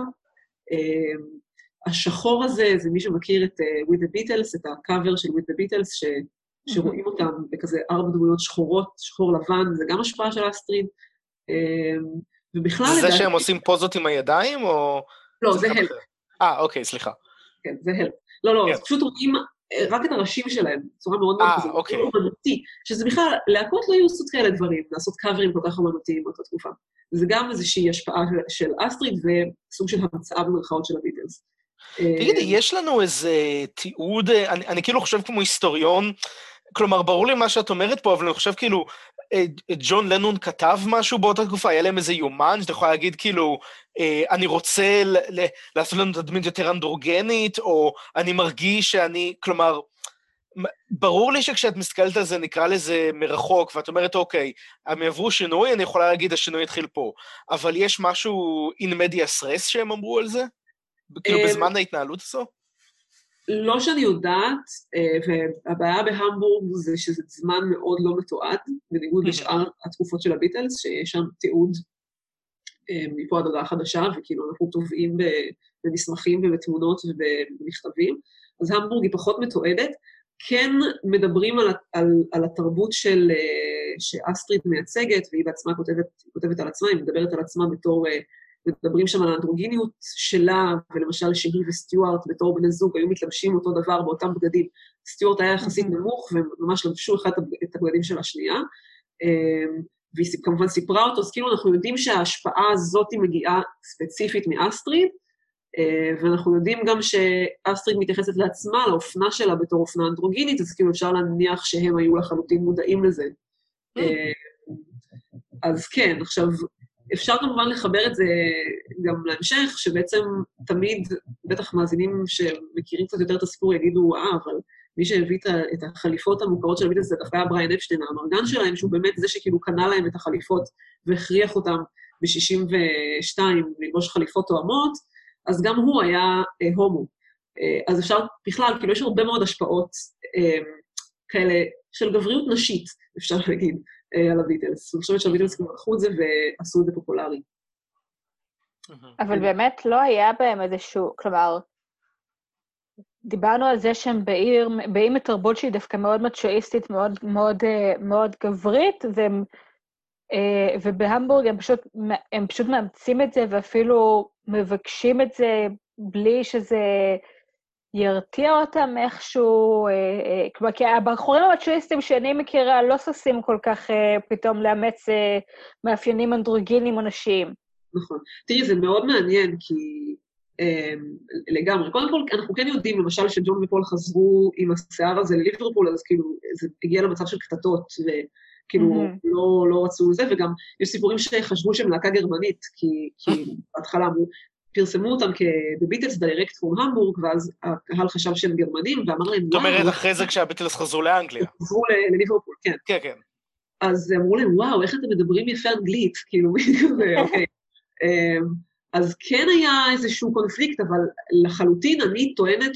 השחור הזה, זה מי שמכיר את With the Beatles, את הקאבר של With the Beatles, שרואים אותם בכזה 4 דמויות שחורות, שחור לבן, זה גם השפעה של אסטריד. ובכלל... זה שהם עושים פוזות עם הידיים, או... לא, זה הלפ. אוקיי, סליחה. כן, זה הלפ. לא, פשוט רואים רק את הראשים שלהם, בצורה מאוד מאוד כזאת, אוקיי. אומנותי, שזה בכלל, להקות לא היו עושות כאלה דברים, לעשות קאברים כל כך אומנותיים באותה תקופה. זה גם איזושהי השפעה של אסטריד, וסוג של המצאה במרכאות של הביטלס. תגידי, יש לנו איזה תיעוד, אני כאילו חושב כמו היסטוריון, כלומר, ברור לי מה שאת אומרת פה, אבל אני חושב כאילו, ג'ון לנון כתב משהו באותה תקופה, היה להם איזה יומן, שאתה יכול להגיד כאילו, אני רוצה לעשות לנו תדמית יותר אנדרוגנית, או אני מרגיש שאני, כלומר, ברור לי שכשאת מסתכלת על זה, נקרא לזה מרחוק, ואת אומרת, אוקיי, הם יעברו שינוי, אני יכולה להגיד, השינוי יתחיל פה, אבל יש משהו in medias res שהם אמרו על זה? כאילו בזמן ההתנהלות הזו? לא שאני יודעת, והבעיה בהמבורג זה שזה זמן מאוד לא מתועד, בניגוד לשאר התקופות של הביטלס, שיש שם תיעוד מפה עד הודעה חדשה, וכאילו אנחנו טובעים במסמכים ובתמונות ובמכתבים, אז המבורג היא פחות מתועדת, כן מדברים על התרבות שאסטריד מייצגת, והיא בעצמה כותבת על עצמה, היא מדברת על עצמה בתור... מדברים שם על האנדרוגיניות שלה, ולמשל שהיא וסטיוארט בתור בני זוג, היו מתלבשים אותו דבר באותם בגדים. סטיוארט היה יחסית נמוך, וממש לבשו אחד את הבגדים של השנייה, והיא כמובן סיפרה אותו, אז כאילו אנחנו יודעים שההשפעה הזאת מגיעה ספציפית מאסטריד, ואנחנו יודעים גם שאסטריד מתייחסת לעצמה, לאופנה שלה בתור אופנה אנדרוגינית, אז כאילו אפשר להניח שהם היו לחלוטין מודעים לזה. אז כן, עכשיו... אפשר כמובן לחבר את זה גם להמשך, שבעצם תמיד, בטח מאזינים שמכירים קצת יותר את הסיפור, יגידו, אבל מי שהביא את החליפות המוכרות של הביטלס, זה דווקא היה בריאן אפשטיין, המרגן שלהם, שהוא באמת זה שכאילו קנה להם את החליפות, והכריח אותם ב-62 ללבוש חליפות תואמות, אז גם הוא היה הומו. אז אפשר בכלל, כאילו יש הרבה מאוד השפעות כאלה של גבריות נשית, אפשר להגיד. על הביטלס. אני חושבת שהביטלס כבר לקחו את זה ועשו את זה פופולרי. אבל באמת לא היה בהם איזשהו, כלומר, דיברנו על זה שהם באים מתרבות שהיא דווקא מאוד מצ'ואיסטית, מאוד גברית, ובהמבורג הם פשוט מאמצים את זה, ואפילו מבקשים את זה בלי שזה... ירתיע אותם איכשהו, כלומר, כי הבחורים המצ'ואיסטים שאני מכירה לא ששים כל כך פתאום לאמץ מאפיינים אנדרוגיניים או נשיים. נכון. תראי, זה מאוד מעניין, כי לגמרי. קודם כל, אנחנו כן יודעים, למשל, שג'ון ופול חזרו עם השיער הזה לליברפול, אז כאילו, זה הגיע למצב של קטטות, וכאילו, לא רצו זה, וגם יש סיפורים שחשבו שהם להקה גרמנית, כי בהתחלה אמרו, פרסמו אותם כ-The Beatles Direct from Hamburg, ואז הקהל חשב שהם גרמנים, ואמר להם, זאת אומרת, אחרי זה כשהביטלס חזרו לאנגליה. חזרו לליברפול, כן. כן, כן. אז אמרו להם, וואו, איך אתם מדברים יפה אנגלית, כאילו, אוקיי. אז כן היה איזשהו קונפליקט, אבל לחלוטין אני טוענת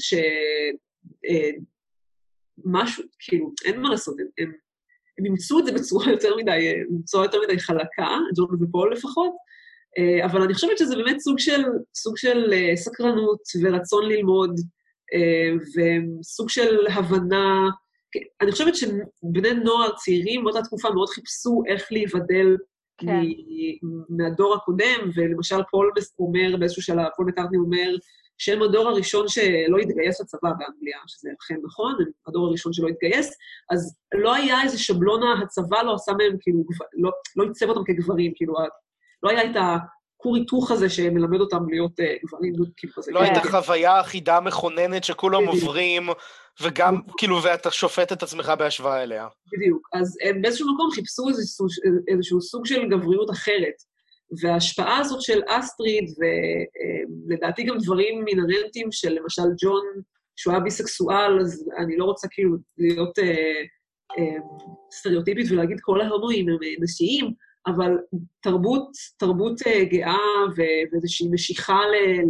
שמשהו, כאילו, אין מה לעשות, הם ימצאו את זה בצורה יותר מדי חלקה, ג'ון ופול לפחות, אבל אני חושבת שזה באמת סוג של סקרנות ורצון ללמוד, וסוג של הבנה. אני חושבת שבני נוער צעירים באותה תקופה מאוד חיפשו איך להיבדל מהדור הקודם, ולמשל פול אומר באיזשהו שלב, פול מקרטני אומר, שהם הדור הראשון שלא התגייס לצבא באנגליה, שזה אכן נכון, הדור הראשון שלא התגייס, אז לא היה איזה שבלונה, הצבא לא עשה מהם, כאילו, לא ייצב אותם כגברים, כאילו, לא היה את הכור היתוך הזה שמלמד אותם להיות גברים, כאילו כזה. לא הייתה חוויה אחידה מכוננת שכולם עוברים, וגם, כאילו, ואתה שופט את עצמך בהשוואה אליה. בדיוק, אז הם באיזשהו מקום חיפשו איזשהו סוג של גבריות אחרת, וההשפעה הזאת של אסטריד, ולדעתי גם דברים מינרנטיים של למשל ג'ון, שהוא היה ביסקסואל, אז אני לא רוצה כאילו להיות סטריאוטיפית ולהגיד כל ההומואים הם נשיים, אבל תרבות גאה ואיזושהי משיכה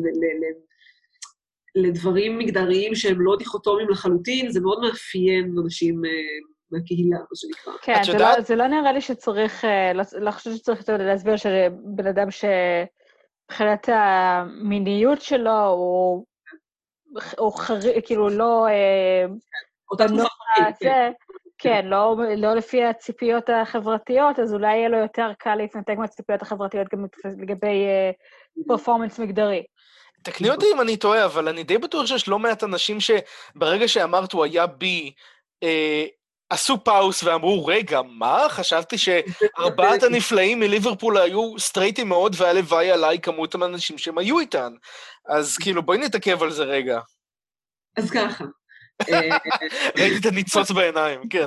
לדברים מגדריים שהם לא דיכוטומיים לחלוטין, זה מאוד מאפיין אנשים מהקהילה, מה שנקרא. כן, זה לא נראה לי שצריך, לא חושבת שצריך להסביר שבן אדם שבחינת המיניות שלו הוא כאילו לא... אותה תקופה חיים, כן, לא לפי הציפיות החברתיות, אז אולי יהיה לו יותר קל להתנתק מהציפיות החברתיות גם לגבי פרפורמנס מגדרי. תקני אותי אם אני טועה, אבל אני די בטוח שיש לא מעט אנשים שברגע שאמרת הוא היה בי, עשו פאוס ואמרו, רגע, מה? חשבתי שארבעת הנפלאים מליברפול היו סטרייטים מאוד, והלוואי עליי כמות האנשים שהם היו איתן. אז כאילו, בואי נתעכב על זה רגע. אז ככה. ראיתי את הניצוץ בעיניים, כן.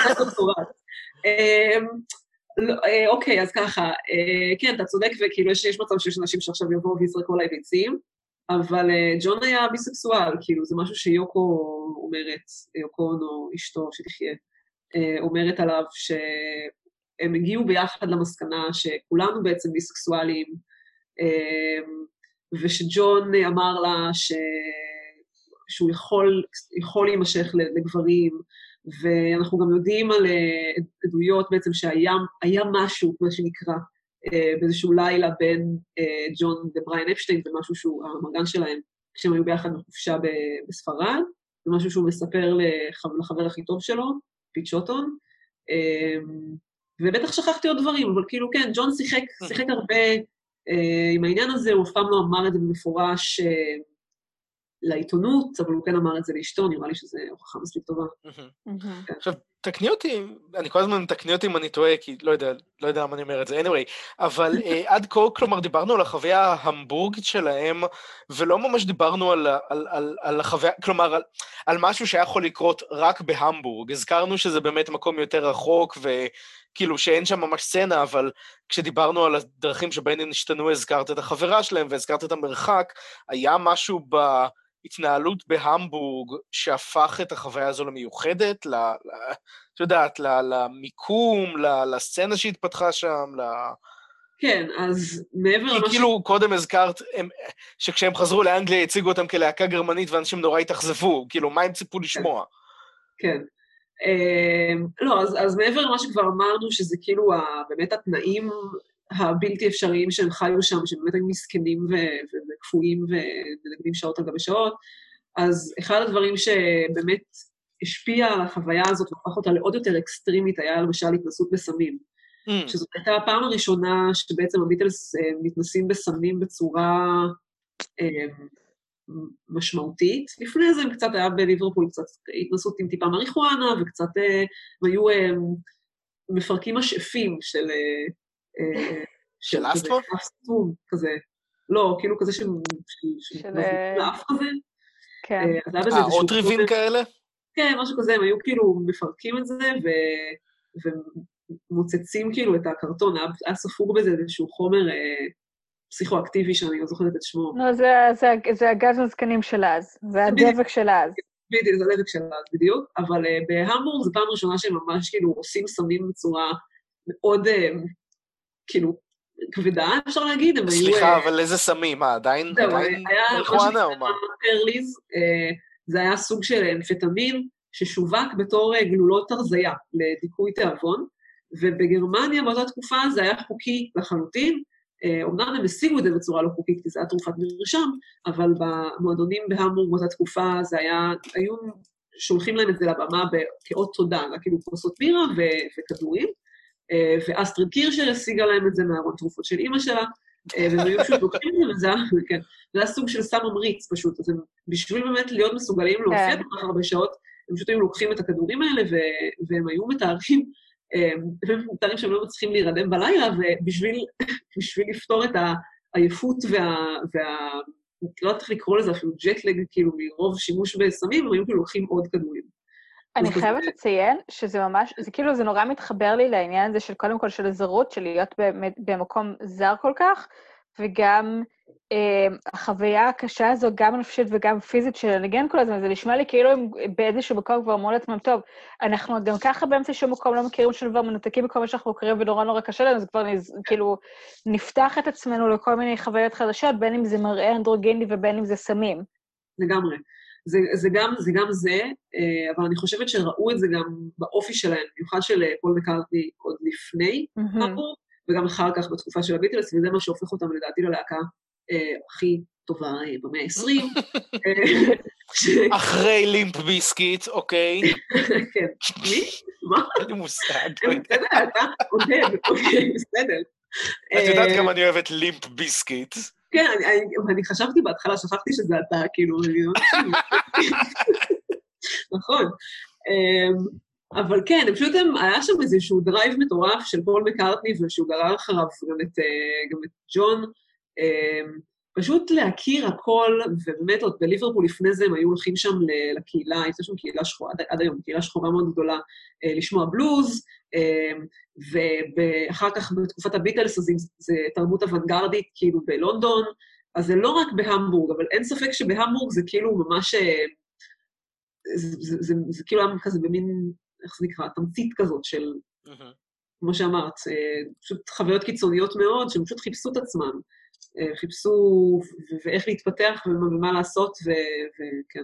אוקיי, אז ככה, כן, אתה צודק, וכאילו יש מצב שיש אנשים שעכשיו יבואו ויזרקו עליי ביצים, אבל ג'ון היה ביסקסואל, כאילו זה משהו שיוקו אומרת, יוקו או אשתו שתחיה, אומרת עליו שהם הגיעו ביחד למסקנה שכולנו בעצם ביסקסואלים, ושג'ון אמר לה שהוא יכול להימשך לגברים, ואנחנו גם יודעים על עדויות בעצם שהיה משהו, מה שנקרא, באיזשהו לילה בין ג'ון ובריין אפשטיין, זה משהו שהוא המרגן שלהם, כשהם היו ביחד בחופשה בספרד, זה משהו שהוא מספר לחבר הכי טוב שלו, פיט שוטון, ובטח שכחתי עוד דברים, אבל כאילו כן, ג'ון שיחק הרבה עם העניין הזה, הוא אף פעם לא אמר את זה במפורש לעיתונות, אבל הוא כן אמר את זה לאשתו, נראה לי שזה הוכחה מספיק טובה. עכשיו, תקני אותי, אני כל הזמן תקני אותי אם אני טועה, כי לא יודע מה אני אומר את זה, anyway, אבל עד כה, כלומר, דיברנו על החוויה ההמבורגית שלהם, ולא ממש דיברנו על החוויה, כלומר, על משהו שיכול לקרות רק בהמבורג. הזכרנו שזה באמת מקום יותר רחוק, וכאילו שאין שם ממש סצנה, אבל כשדיברנו על הדרכים שבהן נשתנו, הזכרת את החברה שלהם, והזכרת את המרחק, היה משהו התנהלות בהמבורג שהפך את החוויה הזו למיוחדת, את יודעת, למיקום, לסצנה שהתפתחה שם, כן, אז מעבר למה... כי כאילו קודם הזכרת שכשהם חזרו לאנגליה הציגו אותם כלהקה גרמנית ואנשים נורא התאכזבו, כאילו מה הם ציפו לשמוע? כן. לא, אז מעבר למה שכבר אמרנו, שזה כאילו באמת התנאים הבלתי אפשריים שהם חיו שם, שבאמת היו מסכנים וקפואים ונגדים שעות על גבי שעות, אז אחד הדברים שבאמת השפיע על החוויה הזאת והפך אותה לעוד יותר אקסטרימית, היה למשל התנסות בסמים. שזאת הייתה הפעם הראשונה שבעצם הביטלס מתנסים בסמים בצורה משמעותית. לפני זה הם קצת היה בליברפול, קצת התנסות עם טיפה מריחואנה, וקצת הם היו מפרקים משאפים של אסטמה? כזה. לא, כאילו כזה של לאף כזה. כן. עוד ריבים כאלה? כן, משהו כזה, הם היו כאילו מפרקים את זה, ומוצצים כאילו את הקרטון, היה ספוג בזה איזשהו חומר פסיכואקטיבי שאני לא זוכרת את שמו. לא, זה הגז הזקנים של אז, זה הדבק של אז. בדיוק, זה הדבק של אז, בדיוק, אבל בהמבורג זו פעם ראשונה שהם ממש כאילו עושים סמים בצורה מאוד, כאילו, כבדה, אפשר להגיד. סליחה, אבל איזה סמים? עדיין מריחואנה או מה? פרליז, זה היה סוג של אמפטמין ששווק בתור גלולות הרזייה לדיכוי תיאבון, ובגרמניה באותה תקופה זה היה חוקי לחלוטין, אומנם הם השיגו את זה בצורה לא חוקית, כי זה היה תרופת מרשם, אבל במועדונים בהמבורג באותה תקופה זה היה, היו שולחים להם את זה לבמה כאות תודה, כאילו כוסות בירה וכדורים, ואסטריד קירשר השיגה להם את זה מהארון תרופות של אמא שלה, והם היו פשוט לוקחים את זה, וזה היה סוג של סם ממריץ פשוט, אז הם בשביל באמת להיות מסוגלים להופיע כל הרבה שעות, הם פשוט היו לוקחים את הכדורים האלה, והם היו מתארים, והם מתארים שהם לא מצליחים להירדם בלילה, ובשביל לפתור את העייפות לא יודעת איך לקרוא לזה, אפילו ג'טלג, כאילו מרוב שימוש בסמים, הם היו כאילו לוקחים עוד כדורים. אני חייבת לציין שזה ממש, זה כאילו, זה נורא מתחבר לי לעניין הזה של קודם כל של הזרות, של להיות במקום זר כל כך, וגם החוויה הקשה הזו, גם נפשית וגם פיזית של לנגן כל הזמן, זה נשמע לי כאילו הם באיזשהו מקום כבר אמרו לעצמם, טוב, אנחנו גם ככה באמצע שום מקום לא מכירים של דבר מנותקים בכל מה שאנחנו מכירים ונורא נורא קשה לנו, אז כבר כאילו נפתח את עצמנו לכל מיני חוויות חדשות, בין אם זה מראה אנדרוגני ובין אם זה סמים. לגמרי. זה גם זה, אבל אני חושבת שראו את זה גם באופי שלהם, במיוחד של פול מקארטני עוד לפני המבורג, וגם אחר כך בתקופה של הביטלס, וזה מה שהופך אותם לדעתי ללהקה הכי טובה במאה ה-20. אחרי לימפ ביסקיט, אוקיי. כן. מי? מה? אין לי מושג. בסדר, אתה עודד, אוקיי, בסדר. את יודעת גם אני אוהבת לימפ ביסקיט. כן, אני חשבתי בהתחלה, שכחתי שזה אתה, כאילו, נכון. אבל כן, פשוט היה שם איזשהו דרייב מטורף של פול מקארטני, ושהוא גרר אחריו גם את ג'ון, פשוט להכיר הכל, ובאמת עוד בליברפול לפני זה הם היו הולכים שם לקהילה, הייתה שם קהילה שחורה, עד היום, קהילה שחורה מאוד גדולה, לשמוע בלוז, ואחר כך בתקופת הביטלס, אז זה תרבות אוונגרדית, כאילו בלונדון, אז זה לא רק בהמבורג, אבל אין ספק שבהמבורג זה כאילו ממש, זה כאילו היה כזה במין, איך זה נקרא, תמצית כזאת של, כמו שאמרת, פשוט חוויות קיצוניות מאוד, שהם פשוט חיפשו את עצמם, חיפשו ואיך להתפתח ומה לעשות, וכן.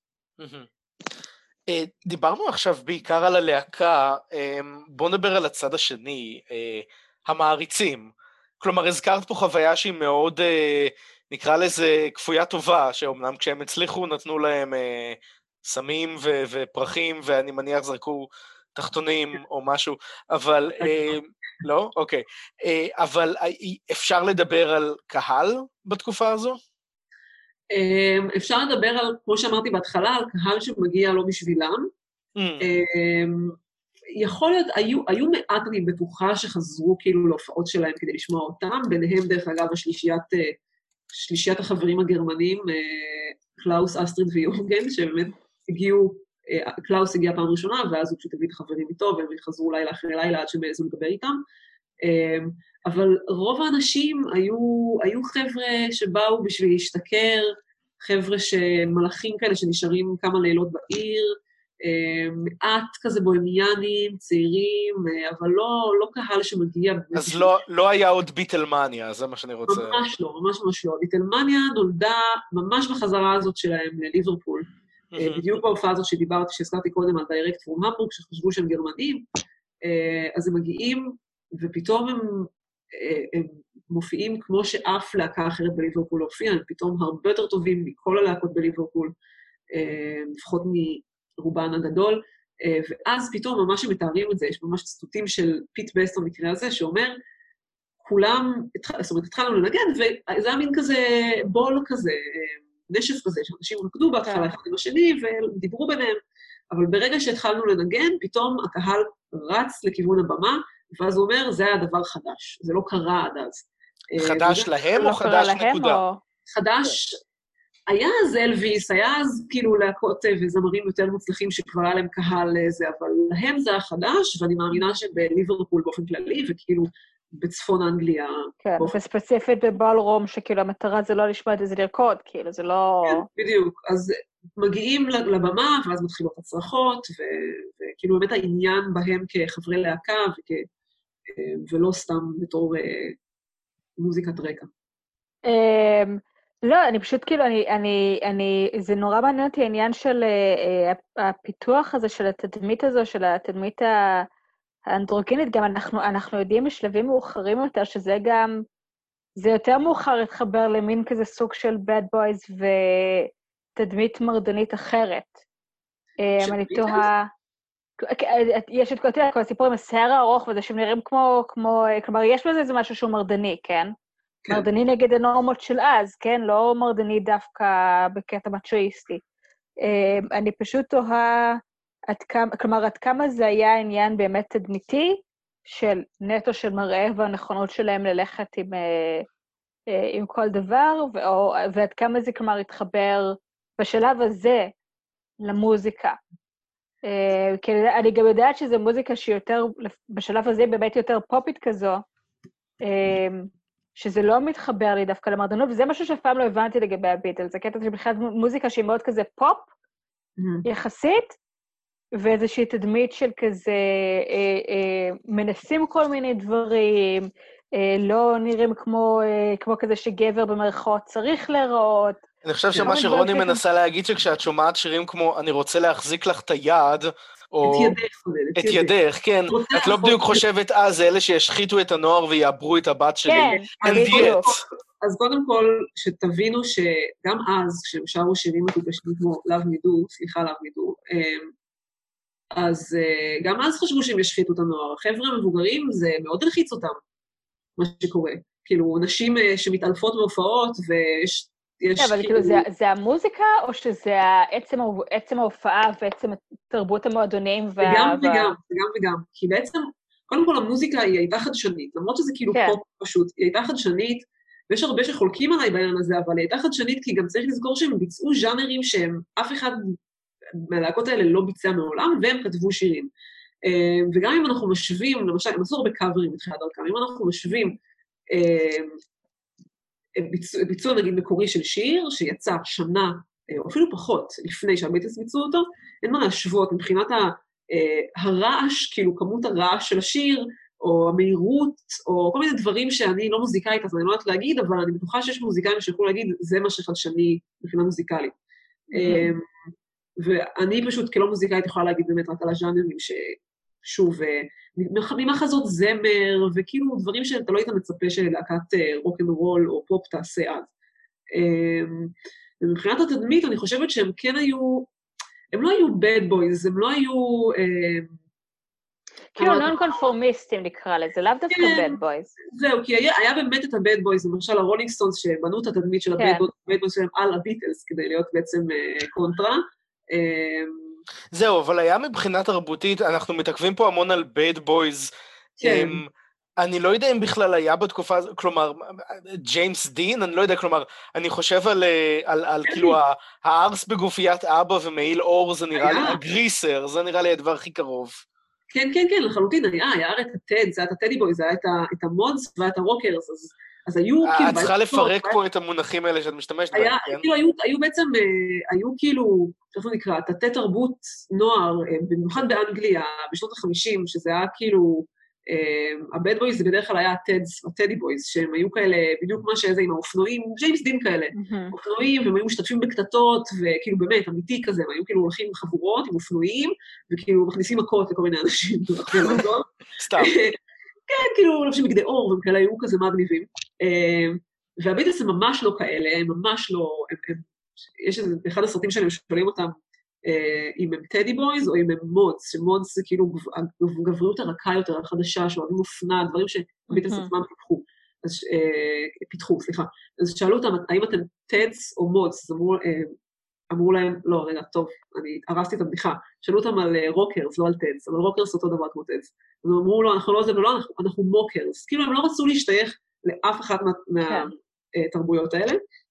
דיברנו עכשיו בעיקר על הלהקה, בואו נדבר על הצד השני, המעריצים. כלומר, הזכרת פה חוויה שהיא מאוד, נקרא לזה כפויה טובה, שאומנם כשהם הצליחו נתנו להם סמים ופרחים, ואני מניח זרקו תחתונים או משהו, אבל לא? אוקיי. אבל אפשר לדבר על קהל בתקופה הזו? אפשר לדבר על, כמו שאמרתי בהתחלה, על קהל שמגיע לא בשבילם. יכול להיות, היו מעט, אני בטוחה שחזרו כאילו להופעות שלהם כדי לשמוע אותם, ביניהם דרך אגב שלישיית החברים הגרמנים, קלאוס, אסטריד ויורגן, שבאמת הגיעו, קלאוס הגיע פעם ראשונה, ואז הוא פשוט הביא את החברים איתו, והם חזרו לילה אחרי לילה עד שמעזו לדבר איתם. אבל רוב האנשים היו חבר'ה שבאו בשביל להשתכר, חבר'ה שמלאכים כאלה שנשארים כמה לילות בעיר, מעט כזה בוהמיאנים, צעירים, אבל לא קהל שמגיע... אז לא היה עוד ביטלמניה, זה מה שאני רוצה... ממש לא, ממש לא. ביטלמניה נולדה ממש בחזרה הזאת שלהם לליברפול, בדיוק בהופעה הזאת שדיברתי, שהזכרתי קודם על דיירקט פרום המבורג, שחשבו שהם גרמנים, אז הם מגיעים, ופתאום הם מופיעים כמו שאף להקה אחרת בליברפול הופיעה, הם פתאום הרבה יותר טובים מכל הלהקות בליברפול, לפחות מרובן הגדול, ואז פתאום ממש הם מתארים את זה, יש ממש ציטוטים של פיט בסט במקרה הזה, שאומר, כולם, זאת אומרת, התחלנו לנגן, וזה היה מין כזה בול כזה, נשף כזה, שאנשים רקדו בהתחלה אחד עם השני, ודיברו ביניהם, אבל ברגע שהתחלנו לנגן, פתאום הקהל רץ לכיוון הבמה, ואז הוא אומר, זה היה דבר חדש, זה לא קרה עד אז. חדש להם או חדש נקודה? חדש, היה אז אלוויס, היה אז כאילו להקות וזמרים יותר מוצלחים שכבר היה להם קהל זה, אבל להם זה היה חדש, ואני מאמינה שבליברפול באופן כללי, וכאילו בצפון אנגליה. כן, וספציפית בבלרום, שכאילו המטרה זה לא לשמוע את זה, זה לרקוד, כאילו, זה לא... כן, בדיוק. אז מגיעים לבמה, ואז מתחילות הצרחות, וכאילו באמת העניין בהם כחברי להקה, ולא סתם בתור מוזיקת רקע. לא, אני פשוט כאילו, זה נורא מעניין אותי העניין של הפיתוח הזה, של התדמית הזו, של התדמית האנדרוגינית, גם אנחנו יודעים בשלבים מאוחרים יותר, שזה גם, זה יותר מאוחר להתחבר למין כזה סוג של bad boys ותדמית מרדנית אחרת. אני תוהה, יש את כל הסיפור עם השיער הארוך, וזה שהם נראים כמו, כלומר, יש בזה איזה משהו שהוא מרדני, כן? מרדני נגד הנורמות של אז, כן? לא מרדני דווקא בקטע מצ'ואיסטי. אני פשוט תוהה עד כמה זה היה עניין באמת תדמיתי, של נטו של מראה והנכונות שלהם ללכת עם כל דבר, ועד כמה זה כלומר התחבר בשלב הזה למוזיקה. כי אני גם יודעת שזו מוזיקה שהיא יותר, בשלב הזה באמת יותר פופית כזו, שזה לא מתחבר לי דווקא למרדנות, וזה משהו שאף פעם לא הבנתי לגבי הביטלס, זה קטע שבכלל מוזיקה שהיא מאוד כזה פופ, יחסית, ואיזושהי תדמית של כזה, מנסים כל מיני דברים, לא נראים כמו כזה שגבר במרכאות צריך לראות. אני חושב שמה שרוני מנסה להגיד, שכשאת שומעת שירים כמו אני רוצה להחזיק לך את היד, או את ידך, כן, את לא בדיוק חושבת, זה אלה שישחיתו את הנוער ויעברו את הבת שלי. כן, בדיוק. אז קודם כל, שתבינו שגם אז, כשהם שרו שירים מטופשים כמו Love Me Do, סליחה Love Me Do, אז גם אז חשבו שהם ישחיתו את הנוער. החבר'ה המבוגרים, זה מאוד הלחיץ אותם, מה שקורה. כאילו, נשים שמתעלפות בהופעות, ויש... אבל כאילו, זה המוזיקה, או שזה עצם ההופעה ועצם תרבות המועדונים? וגם וגם. כי בעצם, קודם כל, המוזיקה היא הייתה חדשנית, למרות שזה כאילו פופ פשוט, היא הייתה חדשנית, ויש הרבה שחולקים עליי בעניין הזה, אבל היא הייתה חדשנית, כי גם צריך לזכור שהם ביצעו ז'אנרים שהם, אף אחד מהלהקות האלה לא ביצע מעולם, והם כתבו שירים. וגם אם אנחנו משווים, למשל, הם עשו הרבה קאברים בתחילת דרכם, אם אנחנו משווים, ביצוע נגיד מקורי של שיר, שיצא שנה, או אפילו פחות, לפני שהביטלס ביצעו אותו, אין מה להשוות מבחינת הרעש, כאילו כמות הרעש של השיר, או המהירות, או כל מיני דברים שאני לא מוזיקאית, אז אני לא יודעת להגיד, אבל אני בטוחה שיש מוזיקאים שיכולו להגיד, זה מה שחדשני מבחינה מוזיקלית. ואני פשוט כלא מוזיקאית יכולה להגיד באמת רק על הז'אנרים ששוב, ממחזות זמר, וכאילו דברים שאתה לא היית מצפה שלהקת רוק'נ'רול או פופ תעשה אז. ומבחינת התדמית, אני חושבת שהם כן היו, הם לא היו bad boys, הם לא היו... כאילו נון-קונפורמיסטים נקרא לזה, לאו דווקא bad boys. זהו, כי היה באמת את ה-bad boys, למשל הרולינג סטונס שבנו את התדמית של ה-bad boys שלהם על הביטלס, כדי להיות בעצם קונטרה. זהו, אבל היה מבחינה תרבותית, אנחנו מתעכבים פה המון על bad boys, אני לא יודע אם בכלל היה בתקופה, כלומר, ג'יימס דין, אני לא יודע, כלומר, אני חושב על כאילו הארס בגופיית אבא ומעיל אור, זה נראה לי, הגריסר, זה נראה לי הדבר הכי קרוב. כן, לחלוטין, היה את הטד, זה היה את הטדי בוי, זה היה את המודס והיה את הרוקרס, אז היו כאילו... את צריכה לפרק פה את המונחים האלה שאת משתמשת בהם, כן? היו בעצם, היו כאילו, איך נקרא, תתי תרבות נוער, במיוחד באנגליה, בשנות ה-50, שזה היה כאילו, הבד בויז זה בדרך כלל היה הטדי בויז, שהם היו כאלה, בדיוק מה שזה עם האופנועים, ג'יימס דין כאלה, אופנועים, והם היו משתתפים בקטטות, וכאילו באמת, אמיתי כזה, הם היו כאילו הולכים חבורות עם אופנועים, וכאילו מכניסים מכות לכל מיני אנשים, סתם. כן, כאילו, לובשים בגדי אור, והם כאלה היו כזה מגניבים. והביטלס הם ממש לא כאלה, הם ממש לא, יש אחד הסרטים שאני שואלים אותם, אם הם טדי בויז או אם הם מודס, שמודס זה כאילו גבריות הרכה יותר, החדשה, שאוהבים אופנה, דברים שהביטלס עצמם פיתחו, סליחה. אז שאלו אותם, האם אתם טדס או מודס? אז אמרו להם, לא, רגע, טוב, אני הרסתי את הבדיחה, שאלו אותם על רוקרס, לא על טדס, אבל רוקרס אותו דבר כמו טדס. אז הם אמרו לו, אנחנו לא זה ולא, אנחנו מוקרס. כאילו הם לא רצו להשתייך לאף אחת מהתרבויות האלה.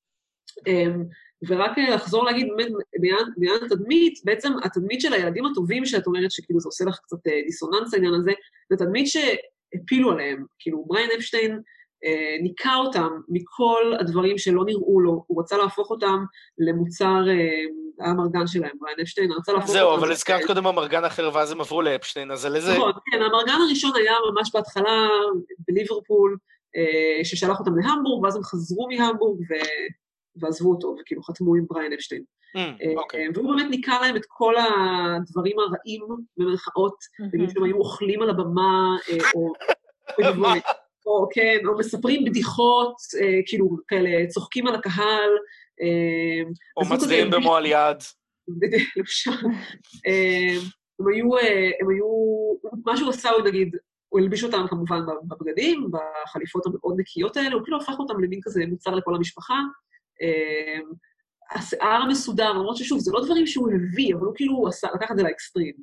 ורק לחזור להגיד, בעניין התדמית, בעצם התדמית של הילדים הטובים שאת אומרת שכאילו זה עושה לך קצת דיסוננס העניין הזה, זה תדמית הפילו עליהם, כאילו בריאן אפשטיין ניקה אותם מכל הדברים שלא נראו לו, הוא רצה להפוך אותם למוצר, המרגן שלהם, בריאן אפשטיין, רצה להפוך אותם... זהו, אבל הזכרת קודם המרגן אחר, ואז הם עברו לאפשטיין, אז על איזה... נכון, כן, המרגן הראשון היה ממש בהתחלה בליברפול, ששלח אותם להמבורג, ואז הם חזרו מהמבורג ועזבו אותו, וכאילו חתמו עם בריאן אפשטיין. והוא באמת ניקה להם את כל הדברים הרעים, במרכאות, נגיד שהם היו אוכלים על הבמה, או כן, או מספרים בדיחות, כאילו כאלה, צוחקים על הקהל. או מצביעים במועל יד. למשל. הם היו, מה שהוא עשה, הוא נגיד, הוא הלביש אותם כמובן בבגדים, בחליפות המאוד נקיות האלה, הוא כאילו הפך אותם למין כזה מוצר לכל המשפחה. השיער המסודר, למרות ששוב, זה לא דברים שהוא הביא, אבל הוא כאילו לקח את זה לאקסטרים.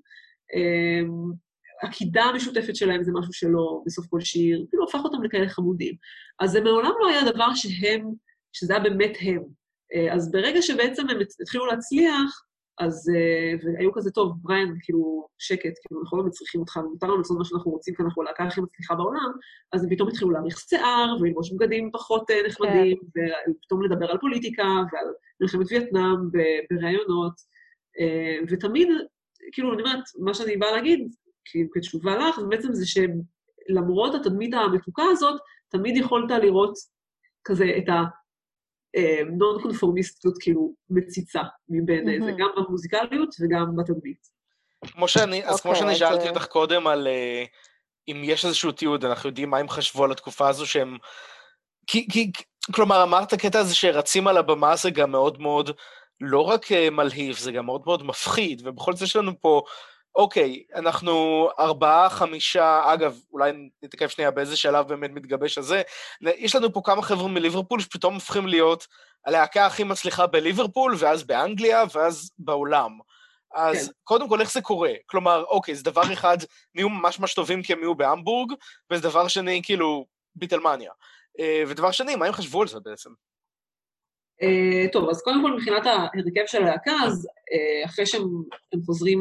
הקידה המשותפת שלהם זה משהו שלא בסוף כל שיר, כאילו הפך אותם לכאלה חמודים. אז זה מעולם לא היה דבר שזה היה באמת הם. אז ברגע שבעצם הם התחילו להצליח, אז, והיו כזה טוב, בריאן, כאילו, שקט, כאילו, אנחנו לא מצריכים אותך, ומותר לנו לעשות מה שאנחנו רוצים, כי אנחנו להקה הכי מצליחה בעולם, אז הם פתאום התחילו להאריך שיער, ולבוש בגדים פחות נחמדים, ופתאום לדבר על פוליטיקה, ועל מלחמת וייטנאם, בראיונות, ותמיד, כאילו, אני אומרת, מה שאני באה להגיד, כתשובה לך, בעצם זה שלמרות התדמית המתוקה הזאת, תמיד יכולת לראות כזה את נון-קונפורמיסטיות כאילו מציצה מבין זה, גם במוזיקליות וגם בתדמית. אז כמו שאני שאלתי אותך קודם על אם יש איזשהו תיעוד, אנחנו יודעים מה הם חשבו על התקופה הזו שהם... כלומר, אמרת הקטע הזה שרצים על הבמה זה גם מאוד מאוד לא רק מלהיב, זה גם מאוד מאוד מפחיד, ובכל זאת יש לנו פה, אוקיי, אנחנו 4, 5, אגב, אולי נתקף שנייה באיזה שלב באמת מתגבש הזה, יש לנו פה כמה חבר'ה מליברפול שפתאום הופכים להיות הלהקה הכי מצליחה בליברפול, ואז באנגליה, ואז בעולם. אז כן. קודם כל, איך זה קורה? כלומר, אוקיי, זה דבר אחד, נהיו ממש ממש טובים כי הם נהיו באמבורג, וזה דבר שני, כאילו, ביטלמניה. ודבר שני, מה הם חשבו על זה בעצם? טוב, אז קודם כל, מבחינת ההרכב של הלהקה, אז אחרי שהם חוזרים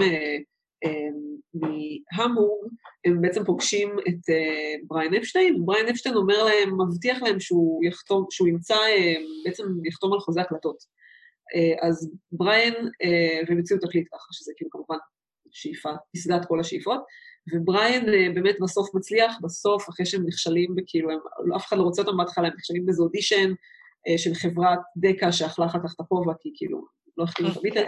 מהמבורג, הם בעצם פוגשים את בריאן אפשטיין, ובריאן אפשטיין אומר להם, מבטיח להם שהוא ימצא, בעצם יחתום על חוזה הקלטות. אז בריאן, והם הציעו תקליט ככה, שזה כאילו כמובן שאיפה, פסגת כל השאיפות, ובריאן באמת בסוף מצליח, בסוף, אחרי שהם נכשלים, וכאילו, אף אחד לא רוצה אותם בהתחלה, הם נכשלים באיזה אודישן של חברת דקה, שאכלה אחר כך את הפובה, כי כאילו, לא החתימו את הביטל.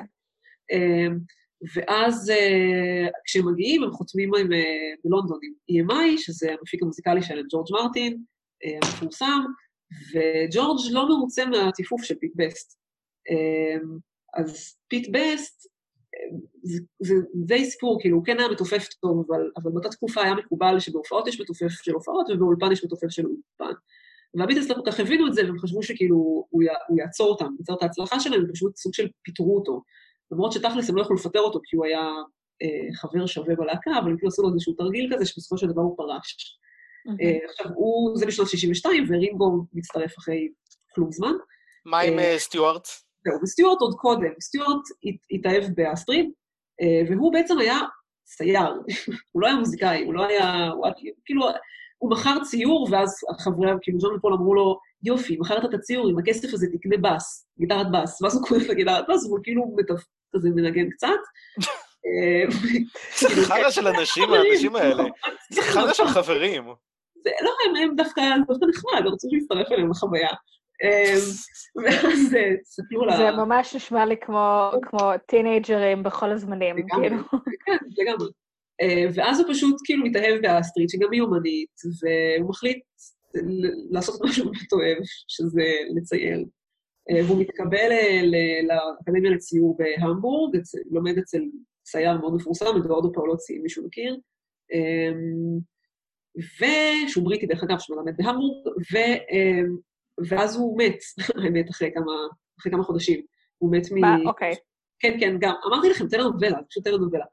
ואז כשהם מגיעים, הם חותמים בלונדון עם EMI, שזה המפיק המוזיקלי שלהם, ג'ורג' מרטין, המפורסם, וג'ורג' לא מרוצה מהטיפוף של פיט בסט. אז פיט בסט, זה די סיפור, כאילו, הוא כן היה מתופף טוב, אבל באותה תקופה היה מקובל שבהופעות יש מתופף של הופעות, ובאולפן יש מתופף של אולפן. והביטלס לא כל כך הבינו את זה, והם חשבו שכאילו הוא יעצור אותם, יעצור את ההצלחה שלהם, ופשוט סוג של פיטרו אותו. למרות שתכלס הם לא יכולו לפטר אותו, כי הוא היה חבר שווה בלהקה, אבל הם כאילו עשו לו איזשהו תרגיל כזה, שבסופו של דבר הוא פרש. עכשיו, זה בשנת 62, ורינגו מצטרף אחרי כלום זמן. מה עם סטיוארט? זהו, וסטיוארט עוד קודם. סטיוארט התאהב באסטריד, והוא בעצם היה צייר. הוא לא היה מוזיקאי, הוא לא היה... כאילו, הוא מכר ציור, ואז החברי, כאילו, ג'ון ופול אמרו לו, יופי, מכרת את הציור, עם הכסף הזה תקנה בס, גיטרת בס, ואז הוא קורא לגיטרת בס, והוא כאילו כזה מנגן קצת. זה חרא של אנשים, האנשים האלה. זה חרא של חברים. לא, הם דווקא נחמד, רצו להצטרף אליהם לחוויה. ואז סתלו לה... זה ממש נשמע לי כמו טינאג'רים בכל הזמנים. כן, לגמרי. ואז הוא פשוט כאילו מתאהב באסטריד, שגם היא אומנית, והוא מחליט לעשות משהו באמת אוהב, שזה לצייר. והוא מתקבל לאקדמיה לציור בהמבורג, לומד אצל צייר מאוד מפורסם, אדוארדו פאולוצי, אם מישהו מכיר, ושהוא בריטי דרך אגב, שמלמד בהמבורג, ואז הוא מת, האמת, אחרי כמה חודשים. הוא מת מ... אוקיי. כן, כן, גם. אמרתי לכם, טלנובלה, פשוט טלנובלה.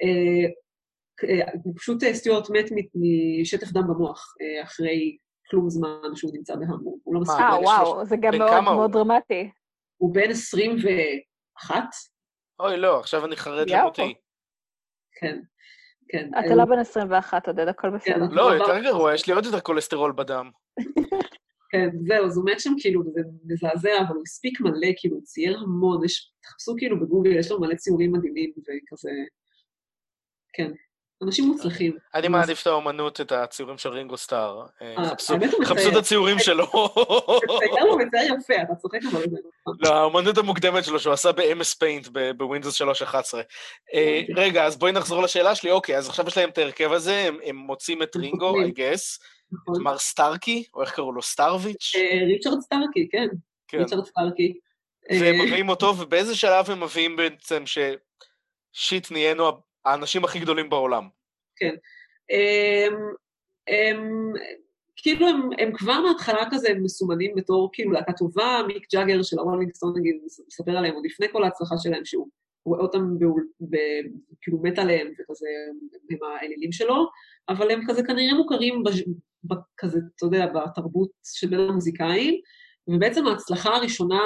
פשוט סטיוארט מת משטף דם במוח, אחרי כלום זמן שהוא נמצא בהמבורג. הוא לא מספיק. וואו, זה גם מאוד מאוד דרמטי. הוא בן 21. אוי, לא, עכשיו אני חרד למותי. כן. כן. אתה לא בן 21, עודד, הכל בסדר. לא, יותר גרוע, יש לי עוד יותר כולסטרול בדם. כן, זהו, אז הוא מת שם כאילו, זה מזעזע, אבל הוא הספיק מלא, כאילו, הוא צייר המון, תחפשו כאילו בגוגל, יש לו מלא ציורים מדהימים וכזה, כן, אנשים מוצלחים. אני מעדיף את האומנות, את הציורים של רינגו סטאר. חפשו את הציורים שלו. הוא מצייר יפה, אתה צוחק אבל זה נכון. לא, האומנות המוקדמת שלו, שהוא עשה ב-MS Paint בווינדוס 3.11. רגע, אז בואי נחזור לשאלה שלי. אוקיי, אז עכשיו יש להם את ההרכב הזה, הם מוצאים את רינגו, I guess. את מר סטארקי, או איך קראו לו? סטארוויץ'? ריצ'רד סטארקי, כן. ריצ'רד סטארקי. והם מביאים אותו, ובאיזה שלב הם מביאים בעצם ששיט נהיינו האנשים הכי גדולים בעולם? כן. כאילו הם כבר מההתחלה כזה מסומנים בתור כאילו להקה טובה, מיק ג'אגר של הרולינג סטון נגיד, מספר עליהם עוד לפני כל ההצלחה שלהם, שהוא רואה אותם כאילו מת עליהם וכזה, עם האלילים שלו, אבל הם כזה כנראה מוכרים כזה, אתה יודע, בתרבות של בין המוזיקאים, ובעצם ההצלחה הראשונה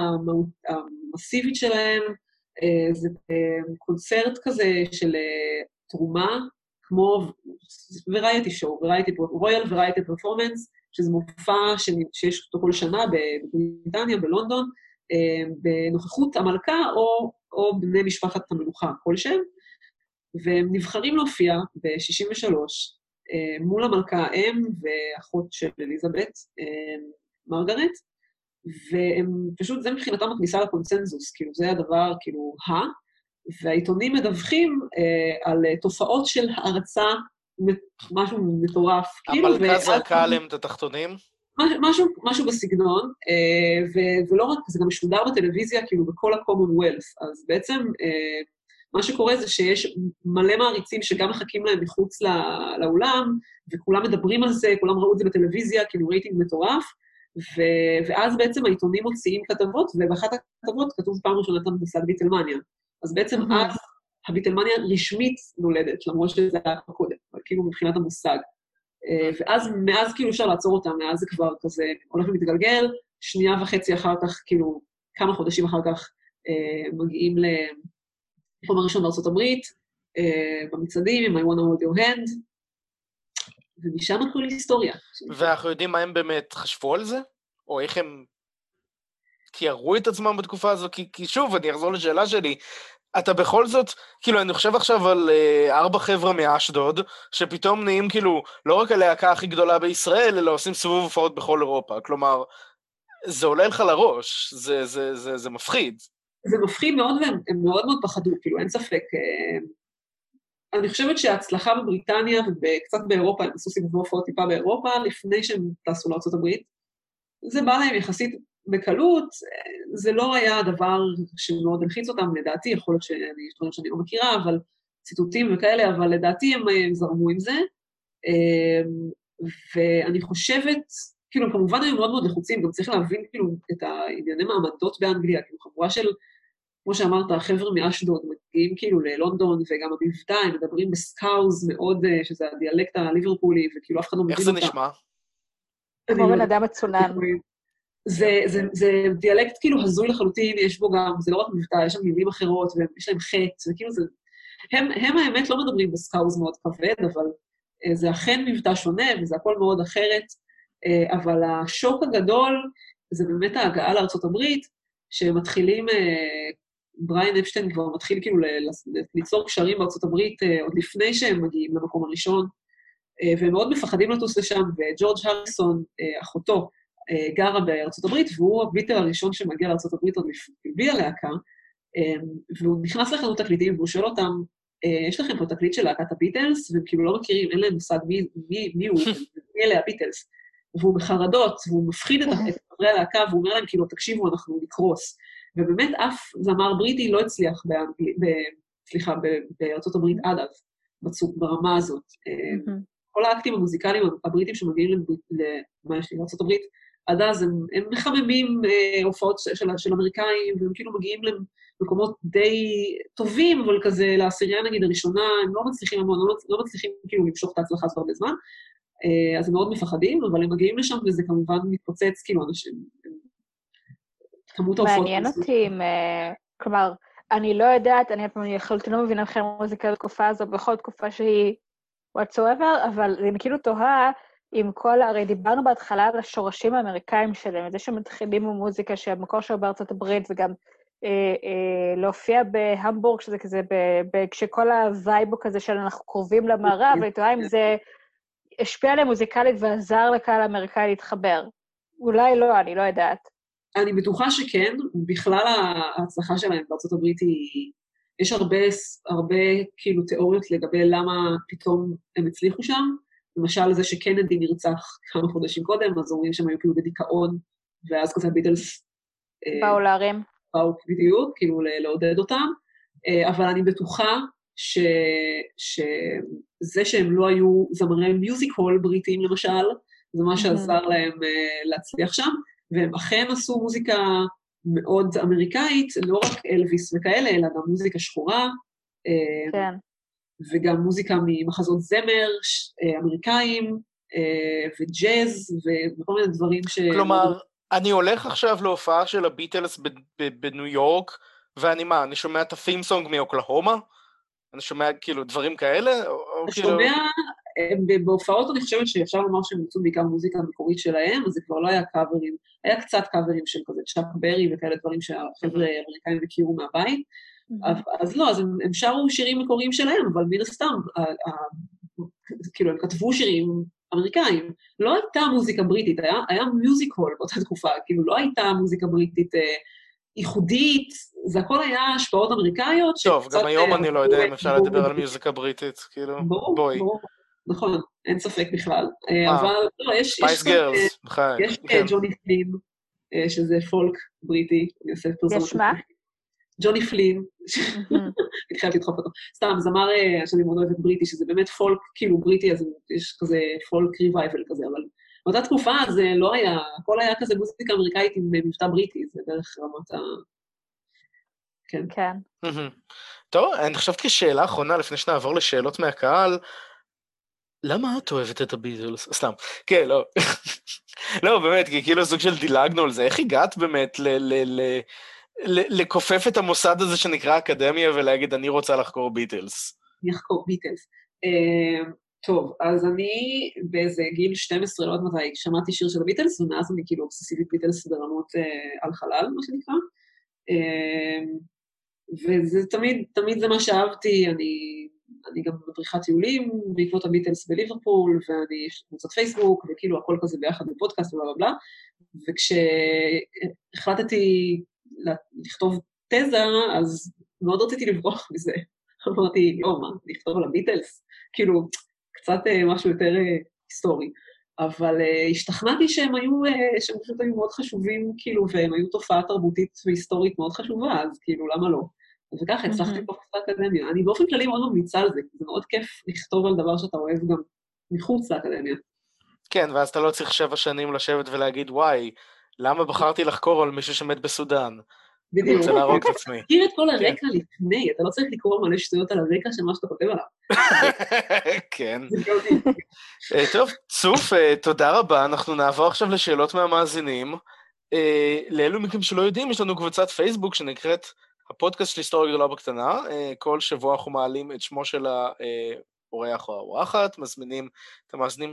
המסיבית שלהם, זה קונצרט כזה של תרומה, כמו וראייטי שואו, רויאל וראייטי פרפורמנס, שזה מופע שיש אותו כל שנה בבריטניה, בלונדון, בנוכחות המלכה או בני משפחת המלוכה כלשהם, והם נבחרים להופיע ב-63, מול המלכה האם ואחות של אליזבת, מרגרט, והם פשוט, זה מבחינתם הכניסה לקונצנזוס, כאילו זה הדבר, כאילו, והעיתונים מדווחים על תופעות של הערצה, משהו מטורף. המלכה זרקה עליהם את התחתונים? משהו בסגנון, ולא רק, זה גם משודר בטלוויזיה, כאילו בכל הקומונוולת', אז בעצם מה שקורה זה שיש מלא מעריצים שגם מחכים להם מחוץ לאולם, וכולם מדברים על זה, כולם ראו את זה בטלוויזיה, כאילו רייטינג מטורף, ואז בעצם העיתונים מוציאים כתבות, ובאחת הכתבות כתוב פעם ראשונה את המושג ביטלמניה. אז בעצם אז הביטלמניה רשמית נולדת, למרות שזה היה קודם, כאילו מבחינת המושג. ואז, מאז כאילו אפשר לעצור אותה, מאז זה כבר כזה הולך ומתגלגל, שנייה וחצי אחר כך, כאילו כמה חודשים אחר כך, מגיעים לפעם הראשון בארצות הברית, במצעדים, עם I wanna hold your hand, ומשם הכל היסטוריה. ואנחנו יודעים מה הם באמת חשבו על זה? או איך הם תיארו את עצמם בתקופה הזו? כי שוב, אני אחזור לשאלה שלי, אתה בכל זאת, כאילו, אני חושב עכשיו על 4 חבר'ה מאשדוד, שפתאום נהיים כאילו, לא רק הלהקה הכי גדולה בישראל, אלא עושים סיבוב הופעות בכל אירופה. כלומר, זה עולה לך לראש, זה מפחיד. זה מפחיד מאוד, והם מאוד מאוד פחדו, כאילו, אין ספק. אני חושבת שההצלחה בבריטניה וקצת באירופה, הם עשו סיבוב הופעות טיפה באירופה, לפני שהם טסו לארצות הברית, זה בא להם יחסית בקלות, זה לא היה הדבר שמאוד הלחיץ אותם, לדעתי, יכול להיות שיש דברים שאני לא מכירה, אבל ציטוטים וכאלה, אבל לדעתי הם זרמו עם זה, ואני חושבת, כאילו, כמובן היו מאוד מאוד לחוצים, גם צריך להבין, כאילו, את הענייני מעמדות באנגליה, כאילו, חבורה של, כמו שאמרת, החבר'ה מאשדוד מגיעים כאילו ללונדון, וגם המבטא, הם מדברים בסקאוז מאוד, שזה הדיאלקט הליברפולי, וכאילו אף אחד לא מבין אותה. איך זה נשמע? כמו בן אדם מצונן. זה דיאלקט כאילו הזוי לחלוטין, יש בו גם, זה לא רק מבטא, יש שם מילים אחרות, ויש להם חטא, וכאילו זה, הם האמת לא מדברים בסקאוז מאוד כבד, אבל זה אכן מבטא שונה, וזה הכל מאוד אחרת, אבל השוק הגדול, זה באמת ההגעה לארצות הברית, שמתחילים, בריין אפשטיין כבר מתחיל כאילו ליצור קשרים בארצות הברית, עוד לפני שהם מגיעים למקום הראשון, והם מאוד מפחדים לטוס לשם, וג'ורג' הריסון, אחותו, גרה בארצות הברית, והוא הביטר הראשון שמגיע לארצות הברית עוד לפי הלהקה, והוא נכנס לחנות תקליטים, והוא שואל אותם, יש לכם פה תקליט של להקת הביטלס, והם כאילו לא מכירים, אין להם מושג מי הוא, מי אלה הביטלס, והוא בחרדות, והוא מפחיד את חברי הלהקה, והוא אומר להם כאילו, תקשיבו, אנחנו נקרוס. ובאמת אף זמר בריטי לא הצליח בארצות הברית עד אז, ברמה הזאת. כל האקטים המוזיקליים הבריטים שמגיעים לארצות הברית, עד אז הם מחממים הופעות של אמריקאים, והם כאילו מגיעים למקומות די טובים, אבל כזה לעשירייה נגיד הראשונה, הם לא מצליחים המון, לא מצליחים כאילו למשוך את ההצלחה הזאת הרבה זמן, אז הם מאוד מפחדים, אבל הם מגיעים לשם וזה כמובן מתפוצץ, כאילו אנשים, כמות ההופעות. מעניין אותי אם, כלומר, אני לא יודעת, אני לחלוטין לא מבינה לכם מוזיקה בתקופה הזו, בכל תקופה שהיא whatsoever, אבל אני כאילו תוהה עם כל, הרי דיברנו בהתחלה על השורשים האמריקאים שלהם, זה שמתחילים עם מוזיקה שהמקור שלו בארצות הברית, וגם להופיע בהמבורג, שזה כזה, כשכל הווייבו כזה של אנחנו קרובים למערב, ואני תוהה אם זה השפיע עליהם מוזיקלית ועזר לקהל האמריקאי להתחבר. אולי לא, אני לא יודעת. אני בטוחה שכן, בכלל ההצלחה שלהם בארצות הברית היא, יש הרבה כאילו תיאוריות לגבי למה פתאום הם הצליחו שם, למשל זה שקנדי נרצח כמה חודשים קודם, אז אומרים שהם היו כאילו בדיכאון, ואז כזה הביטלס באו להרים. באו בדיוק, כאילו לעודד אותם, אבל אני בטוחה שזה שהם לא היו זמרי מיוזיקול בריטיים למשל, זה מה שעזר להם להצליח שם, והם אכן עשו מוזיקה מאוד אמריקאית, לא רק אלוויס וכאלה, אלא גם מוזיקה שחורה, כן. וגם מוזיקה ממחזות זמר אמריקאים, וג'אז, וכל מיני דברים כלומר, אני הולך עכשיו להופעה של הביטלס בניו יורק, ואני מה, אני שומע את הפים סונג מאוקלהומה? אני שומע כאילו דברים כאלה? אתה שומע, בהופעות אני חושבת שאפשר לומר שהם יוצאו בעיקר מוזיקה המקורית שלהם, אז זה כבר לא היה קאברים, היה קצת קאברים של כזה צ'אק ברי וכאלה דברים שהחבר'ה האמריקאים הכירו מהבית, אז לא, אז הם שרו שירים מקוריים שלהם, אבל מן הסתם, כאילו הם כתבו שירים אמריקאים, לא הייתה מוזיקה בריטית, היה מיוזיקול באותה תקופה, כאילו לא הייתה מוזיקה בריטית ייחודית, זה הכל היה השפעות אמריקאיות. טוב, גם היום אני לא יודע אם אפשר לדבר על מיוזיקה בריטית, כאילו, בואי. ברור, נכון, אין ספק בכלל, אבל לא, יש ג'וני פלין, שזה פולק בריטי, אני עושה פרסומת. יש מה? ג'וני פלין, התחלתי לדחוף אותו, סתם, זמר שאני מאוד אוהבת בריטי, שזה באמת פולק כאילו בריטי, אז יש כזה פולק ריווייבל כזה, אבל באותה תקופה זה לא היה, הכל היה כזה מוזיקה אמריקאית עם מבטא בריטי, זה בערך רמת ה... כן. כן. טוב, אני חושבת כשאלה אחרונה, לפני שנעבור לשאלות מהקהל, למה את אוהבת את הביטלס? סתם, כן, לא. לא, באמת, כי כאילו סוג של דילגנו על זה, איך הגעת באמת לקופף את המוסד הזה שנקרא אקדמיה ולהגיד, אני רוצה לחקור ביטלס? לחקור ביטלס. טוב, אז אני באיזה גיל 12, לא יודעת מתי, שמעתי שיר של הביטלס, ומאז אני כאילו אובססיבית ביטלס ברמות על חלל, מה שנקרא. וזה תמיד זה מה שאהבתי, אני גם מדריכת טיולים בעקבות הביטלס בליברפול, ואני יש קבוצת פייסבוק, וכאילו הכל כזה ביחד בפודקאסט ובלה בלה, וכשהחלטתי לכתוב תזה, אז מאוד רציתי לברוח מזה. אמרתי, לא, מה, לכתוב על הביטלס? כאילו, קצת משהו יותר היסטורי. אבל השתכנעתי שהם פשוט היו מאוד חשובים, כאילו, והם היו תופעה תרבותית והיסטורית מאוד חשובה, אז כאילו, למה לא? וככה הצלחתי לקפוץ לאקדמיה. אני באופן כללי מאוד ממליצה על זה, כי זה מאוד כיף לכתוב על דבר שאתה אוהב גם מחוץ לאקדמיה. כן, ואז אתה לא צריך 7 שנים לשבת ולהגיד, וואי, למה בחרתי לחקור על מישהו שמת בסודן? בדיוק. אני רוצה להרוג את עצמי. תכיר את כל הרקע לפני, אתה לא צריך לקרוא מלא שטויות על הרקע של מה שאתה כותב עליו. כן. טוב, צוף, תודה רבה, אנחנו נעבור עכשיו לשאלות מהמאזינים. לאלו מכם שלא יודעים, יש לנו קבוצת פייסבוק שנקראת הפודקאסט של היסטוריה גדולה בקטנה, כל שבוע אנחנו מעלים את שמו של האורח או האורחת, מזמינים את המאזינים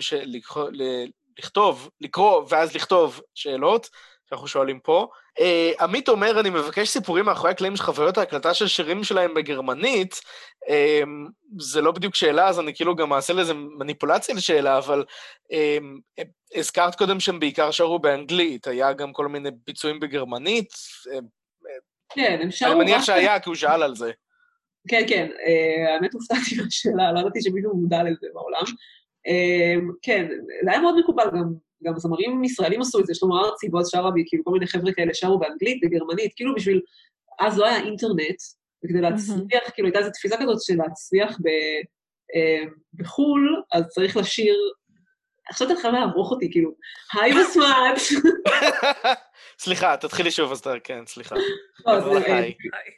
לקרוא ואז לכתוב שאלות, שאנחנו שואלים פה. עמית אומר, אני מבקש סיפורים מאחורי הקלעים של חוויות ההקלטה של שירים שלהם בגרמנית, זה לא בדיוק שאלה, אז אני כאילו גם אעשה לזה מניפולציה לשאלה, אבל הזכרת קודם שהם בעיקר שרו באנגלית, היה גם כל מיני ביצועים בגרמנית, כן, הם שרו... אני מניח שהיה, כי הוא שאל על זה. כן, כן, האמת הופתעתי מהשאלה, לא ידעתי שמישהו מודע לזה בעולם. כן, זה היה מאוד מקובל, גם זמרים ישראלים עשו את זה, שלמה ארצי, בועז שרעבי, כאילו כל מיני חבר'ה כאלה שרו באנגלית, בגרמנית, כאילו בשביל, אז לא היה אינטרנט, וכדי להצליח, כאילו הייתה איזו תפיסה כזאת של להצליח בחול, אז צריך לשיר, עכשיו אתה חייב לערוך אותי, כאילו, היי בסמאט. סליחה, תתחילי שוב, אז כן, סליחה. היי.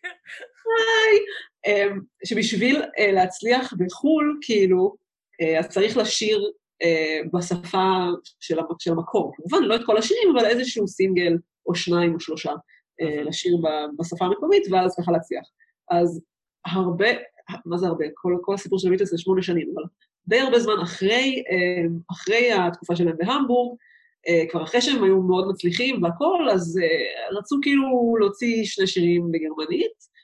שבשביל להצליח בחול, כאילו, אז צריך לשיר בשפה של המקור. כמובן, לא את כל השירים, אבל איזשהו סינגל, או 2 או 3, לשיר בשפה המקומית, ואז ככה להצליח. אז הרבה, מה זה הרבה? כל הסיפור של הביטלס זה 8 שנים, אבל די הרבה זמן אחרי התקופה שלהם בהמבורג, כבר אחרי שהם היו מאוד מצליחים והכל, אז רצו כאילו להוציא 2 שירים בגרמנית.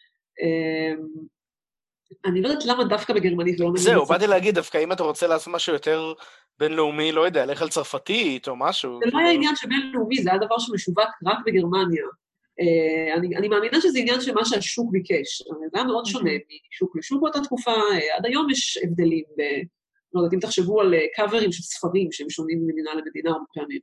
אני לא יודעת למה דווקא בגרמנית ולא... זהו, באתי להגיד, דווקא אם אתה רוצה לעשות משהו יותר בינלאומי, לא יודע, לך על צרפתית או משהו. זה לא היה עניין שבינלאומי, זה היה דבר שמשווק רק בגרמניה. אני מאמינה שזה עניין של מה שהשוק ביקש. זה היה מאוד שונה משוק לשוק באותה תקופה, עד היום יש הבדלים לא יודעת, אם תחשבו על קאברים של ספרים שהם שונים ממדינה למדינה הרבה פעמים.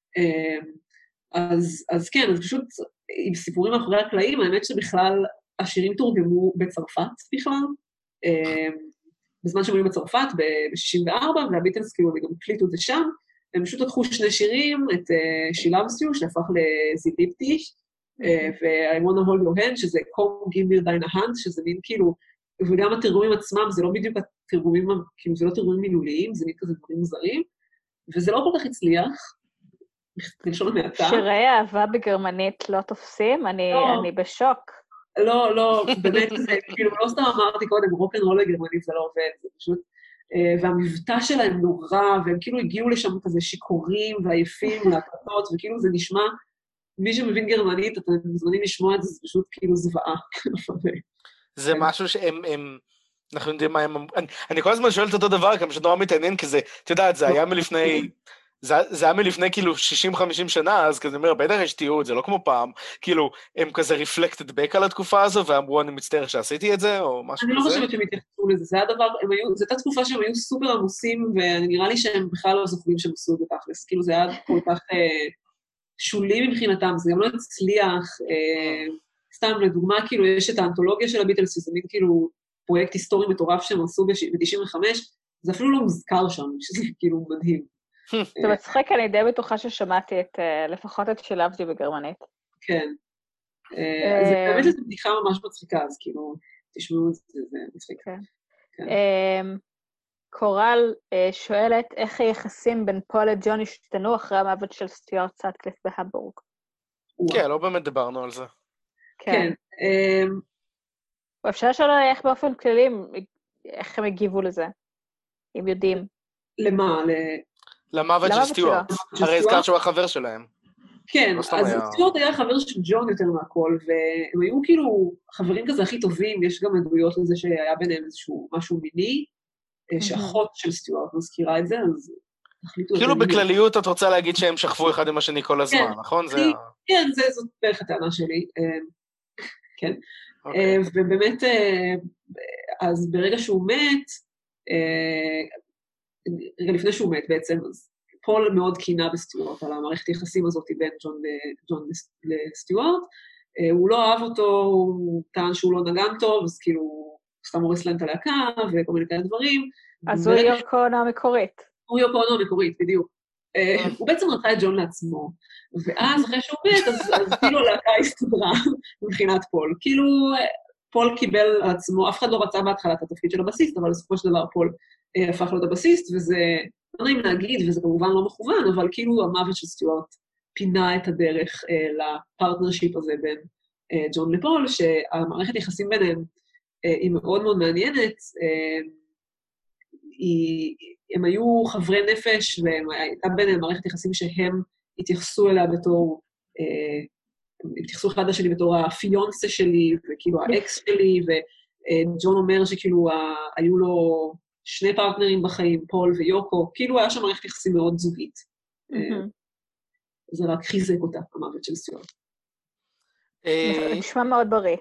אז כן, אז פשוט עם סיפורים אחרי הקלעים, האמת שבכלל השירים תורגמו בצרפת בכלל, בזמן שהם היו בצרפת ב-64, והביטלס כאילו גם הקליטו את זה שם, הם פשוט לקחו 2 שירים, את She Loves You, שהפך לזיליפטיש, ו-I want to hold your hand, שזה Come give me thine hand, שזה מין כאילו, וגם התרגומים עצמם, זה לא בדיוק התרגומים, כאילו זה לא תרגומים מילוליים, זה מין כזה דברים מוזרים, וזה לא כל כך הצליח, בלשון המעטה. שירי אהבה בגרמנית לא תופסים? אני בשוק. לא, באמת, זה כאילו, לא סתם אמרתי קודם, רוק'נ'רול לגרמנית זה לא עובד, זה פשוט, והמבטא שלהם נורא, והם כאילו הגיעו לשם כזה שיכורים ועייפים להקלטות, וכאילו זה נשמע, מי שמבין גרמנית, אתם מוזמנים לשמוע את זה, זה פשוט כאילו זוועה. זה משהו שהם, אנחנו יודעים מה הם, אני כל הזמן שואל את אותו דבר, כמה שנורא מתעניין, כי זה, אתה יודעת, זה היה מלפני כאילו 60-50 שנה, אז כזה אומר, בטח יש תיעוד, זה לא כמו פעם, כאילו, הם כזה reflected back על התקופה הזו, ואמרו, אני מצטער שעשיתי את זה, או משהו כזה. אני לא חושבת שהם התייחסו לזה, זה היה דבר, זו הייתה תקופה שהם היו סופר עמוסים, ונראה לי שהם בכלל לא זוכרים שהם עשו את זה תכלס, כאילו זה היה כל כך שולי מבחינתם, זה גם לא הצליח, סתם לדוגמה, כאילו יש את האנתולוגיה של הביטלס, שזה מין כאילו פרויקט היסטורי מטורף שהם עשו ב-95, זה אפילו לא מוזכר שם, שזה כאילו מדהים. זה מצחיק, אני די בטוחה ששמעתי לפחות את שילבתי בגרמנית. כן. זה באמת איזו בדיחה ממש מצחיקה, אז כאילו, תשמעו את זה, זה מצחיק. קורל שואלת, איך היחסים בין פול לג'ון השתנו אחרי המוות של סטיוארט סאטקליף בהמבורג? כן, לא באמת דיברנו על זה. כן. אפשר לשאול איך באופן כללי, איך הם הגיבו לזה, אם יודעים. למה? למוות של סטיוארט. הרי הזכרת שהוא החבר שלהם. כן, אז סטיוארט היה חבר של ג'ון יותר מהכל, והם היו כאילו חברים כזה הכי טובים, יש גם עדויות לזה שהיה ביניהם איזשהו משהו מיני, שאחות של סטיוארט מזכירה את זה, אז תחליטו... כאילו בכלליות את רוצה להגיד שהם שכבו אחד עם השני כל הזמן, נכון? כן, זאת בערך הטענה שלי, כן. ובאמת, אז ברגע שהוא מת, רגע לפני שהוא מת בעצם, אז פול מאוד קינה בסטיוארט על המערכת יחסים הזאת בין ג'ון לסטיוארט, הוא לא אהב אותו, הוא טען שהוא לא נגן טוב, אז כאילו הוא סתם הורס להם את הלהקה וכל מיני כאלה דברים. אז הוא יוקו אונו המקורית. הוא יוקו אונו המקורית, בדיוק. הוא בעצם רצה את ג'ון לעצמו, ואז אחרי שהוא מת, אז כאילו הלהקה הסתדרה מבחינת פול. כאילו פול קיבל על עצמו, אף אחד לא רצה בהתחלה את התפקיד של הבסיסט, אבל בסופו של דבר פול הפך להיות הבסיסט, וזה, לא נעים להגיד, וזה כמובן לא מכוון, אבל כאילו המוות של סטיוארט פינה את הדרך לפרטנרשיפ הזה בין ג'ון לפול, שהמערכת יחסים ביניהם היא מאוד מאוד מעניינת, הם היו חברי נפש, והייתה ביניהם מערכת יחסים שהם התייחסו אליה בתור, הם התייחסו אחד לשני בתור הפיונסה שלי, וכאילו האקס שלי, וג'ון אומר שכאילו היו לו 2 פרטנרים בחיים, פול ויוקו, כאילו היה שם מערכת יחסים מאוד זוגית. זה רק חיזק אותה, המוות של סטיוארט. זה נשמע מאוד בריא.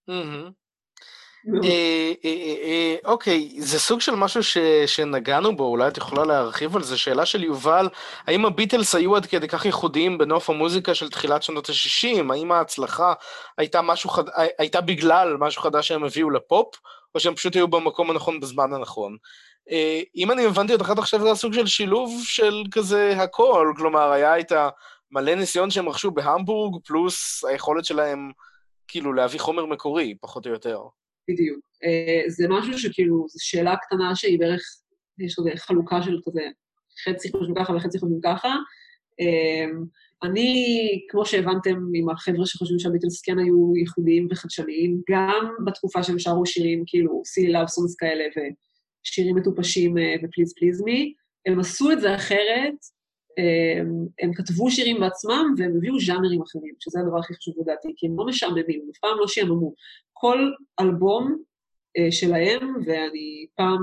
אוקיי, זה סוג של משהו שנגענו בו, אולי את יכולה להרחיב על זה, שאלה של יובל, האם הביטלס היו עד כדי כך ייחודיים בנוף המוזיקה של תחילת שנות ה-60? האם ההצלחה הייתה בגלל משהו חדש שהם הביאו לפופ, או שהם פשוט היו במקום הנכון בזמן הנכון? אם אני הבנתי אותך עד עכשיו, זה הסוג של שילוב של כזה הכל, כלומר, היה את המלא ניסיון שהם רכשו בהמבורג, פלוס היכולת שלהם כאילו להביא חומר מקורי, פחות או יותר. בדיוק. זה משהו שכאילו, זו שאלה קטנה שהיא בערך, יש כזה חלוקה של כזה, חצי חושבים ככה וחצי חושבים ככה. אני, כמו שהבנתם עם החבר'ה שחושבים שהביטלס כן היו ייחודיים וחדשניים, גם בתקופה שהם שרו שירים, כאילו סילי לאבסונס כאלה, ושירים מטופשים ופליז פליז מי, הם עשו את זה אחרת, הם כתבו שירים בעצמם, והם הביאו ז'אנרים אחרים, שזה הדבר הכי חשוב לדעתי, כי הם לא משעממים, אף פעם לא שיעממו. כל אלבום שלהם, ואני פעם,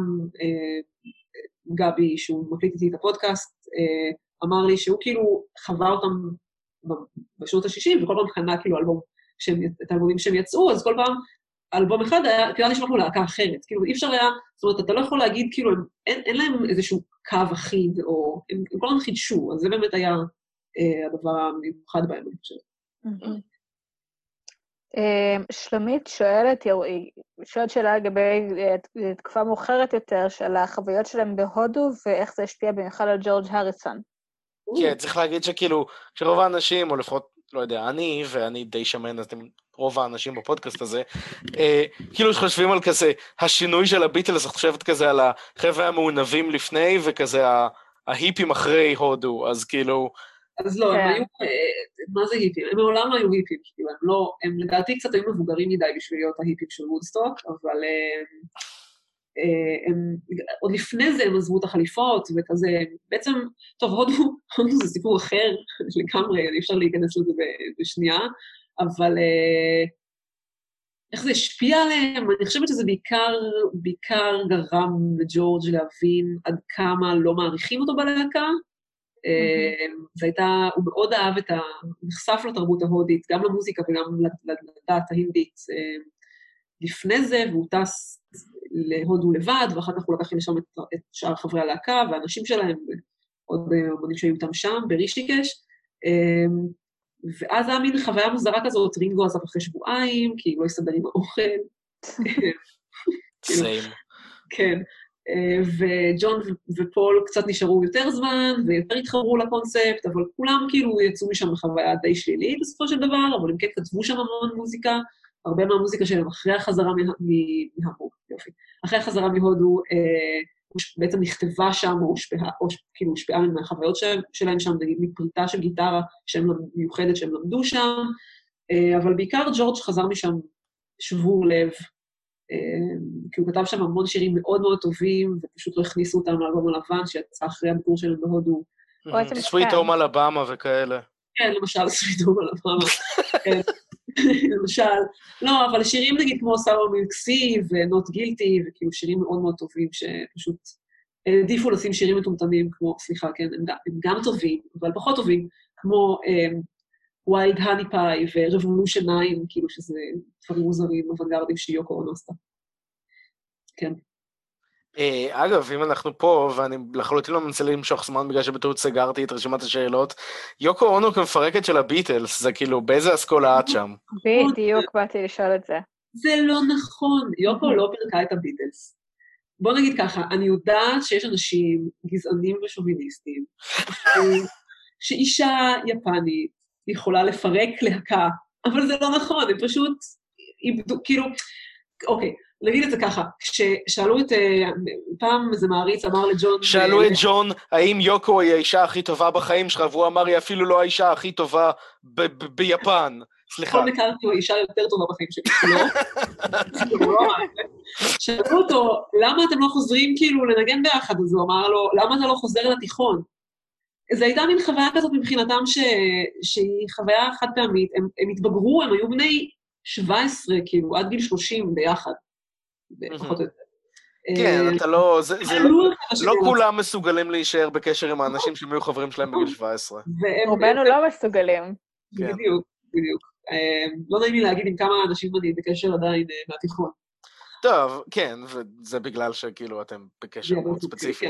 גבי, שהוא מקליט איתי את הפודקאסט, אמר לי שהוא כאילו חווה אותם בשנות ה-60, וכל פעם קנה כאילו את האלבומים שהם יצאו, אז כל פעם אלבום אחד היה, כאילו נשמע כמו להקה אחרת, כאילו אי אפשר היה, זאת אומרת, אתה לא יכול להגיד, כאילו, אין להם איזשהו קו אחיד, או הם כל הזמן חידשו, אז זה באמת היה הדבר המיוחד בהם, אני חושבת. שלומית שואלת שאלה לגבי תקופה מאוחרת יותר, של החוויות שלהם בהודו, ואיך זה השפיע במיוחד על ג'ורג' הריסון. כן, צריך להגיד שכאילו, שרוב האנשים, או לפחות, לא יודע, ואני די שמן, אז רוב האנשים בפודקאסט הזה, כאילו שחושבים על כזה, השינוי של הביטלס, את חושבת כזה על החבר'ה המעונבים לפני, וכזה ההיפים אחרי הודו, אז כאילו... אז לא, הם היו, מה זה היפים? הם מעולם לא היו היפים, כאילו, הם לדעתי קצת היו מבוגרים מדי בשביל להיות ההיפים של וודסטוק, אבל עוד לפני זה הם עזבו את החליפות, וכזה, בעצם, טוב, הודו זה סיפור אחר לגמרי, אי אפשר להיכנס לזה בשנייה, אבל איך זה השפיע עליהם? אני חושבת שזה בעיקר גרם לג'ורג' להבין עד כמה לא מעריכים אותו בלהקה, הוא מאוד אהב נחשף לתרבות ההודית, גם למוזיקה וגם לדת ההינדית לפני זה, והוא טס להודו לבד, ואחר כך הוא לקח לשם את שאר חברי הלהקה, והאנשים שלהם, עוד אומנים שהיו איתם שם, ברישיקש, ואז היה מין חוויה מוזרה כזאת, רינגו עזב אחרי שבועיים, כי הוא לא יסדר עם האוכל. סיים. כן. וג'ון ופול קצת נשארו יותר זמן, ויותר התחברו לקונספט, אבל כולם כאילו יצאו משם לחוויה די שלילית בסופו של דבר, אבל הם כן כתבו שם המון מוזיקה, הרבה מהמוזיקה שלהם אחרי החזרה מהודו, יופי. אחרי החזרה מהודו, בעצם נכתבה שם, או כאילו הושפעה מהחוויות שלהם שם, נגיד מפריטה של גיטרה מיוחדת שהם למדו שם, אבל בעיקר ג'ורג' חזר משם שבור לב, כי הוא כתב שם המון שירים מאוד מאוד טובים, ופשוט לא הכניסו אותם לאלבום הלבן, שיצא אחרי הביקור שלהם בהודו. סוויט הום אלבמה וכאלה. כן, למשל, סוויט הום אלבמה. למשל, לא, אבל שירים נגיד כמו סאור מילקסי ונוט גילטי, וכאילו שירים מאוד מאוד טובים, שפשוט העדיפו לשים שירים מטומטמים, כמו, סליחה, כן, הם גם טובים, אבל פחות טובים, כמו ווילד הני פאי ורבולושן 9, כאילו שזה דברים מוזרים, אוונגרדים שיוקו אונו עשתה. כן. אגב, אם אנחנו פה, ואני לחלוטין לא מנסה למשוך זמן בגלל שבטעות סגרתי את רשימת השאלות, יוקו אונו כמפרקת של הביטלס, זה כאילו, באיזה אסכולה את שם? בדיוק, באתי לשאול את זה. זה לא נכון, יוקו לא פרקה את הביטלס. בוא נגיד ככה, אני יודעת שיש אנשים גזענים ושוביניסטים, שאישה יפנית יכולה לפרק להקה, אבל זה לא נכון, הם פשוט איבדו, כאילו, אוקיי, נגיד את זה ככה, כששאלו את, פעם איזה מעריץ אמר לג'ון... שאלו את ג'ון, האם יוקו היא האישה הכי טובה בחיים שלך, והוא אמר, היא אפילו לא האישה הכי טובה ביפן. סליחה. כל מקרתי הוא האישה יותר טובה בחיים שלי, לא? שאלו אותו, למה אתם לא חוזרים כאילו לנגן ביחד? אז הוא אמר לו, למה אתה לא חוזר לתיכון? זו הייתה מין חוויה כזאת מבחינתם שהיא חוויה חד פעמית, הם התבגרו, הם היו בני 17, כאילו, עד גיל 30 ביחד. פחות או יותר. כן, אתה לא, לא כולם מסוגלים להישאר בקשר עם האנשים שהם היו חברים שלהם בגיל 17. רובנו לא מסוגלים. בדיוק. לא נעים לי להגיד עם כמה אנשים אני בקשר עדיין מהתיכון. טוב, כן, וזה בגלל שכאילו אתם בקשר מאוד ספציפי.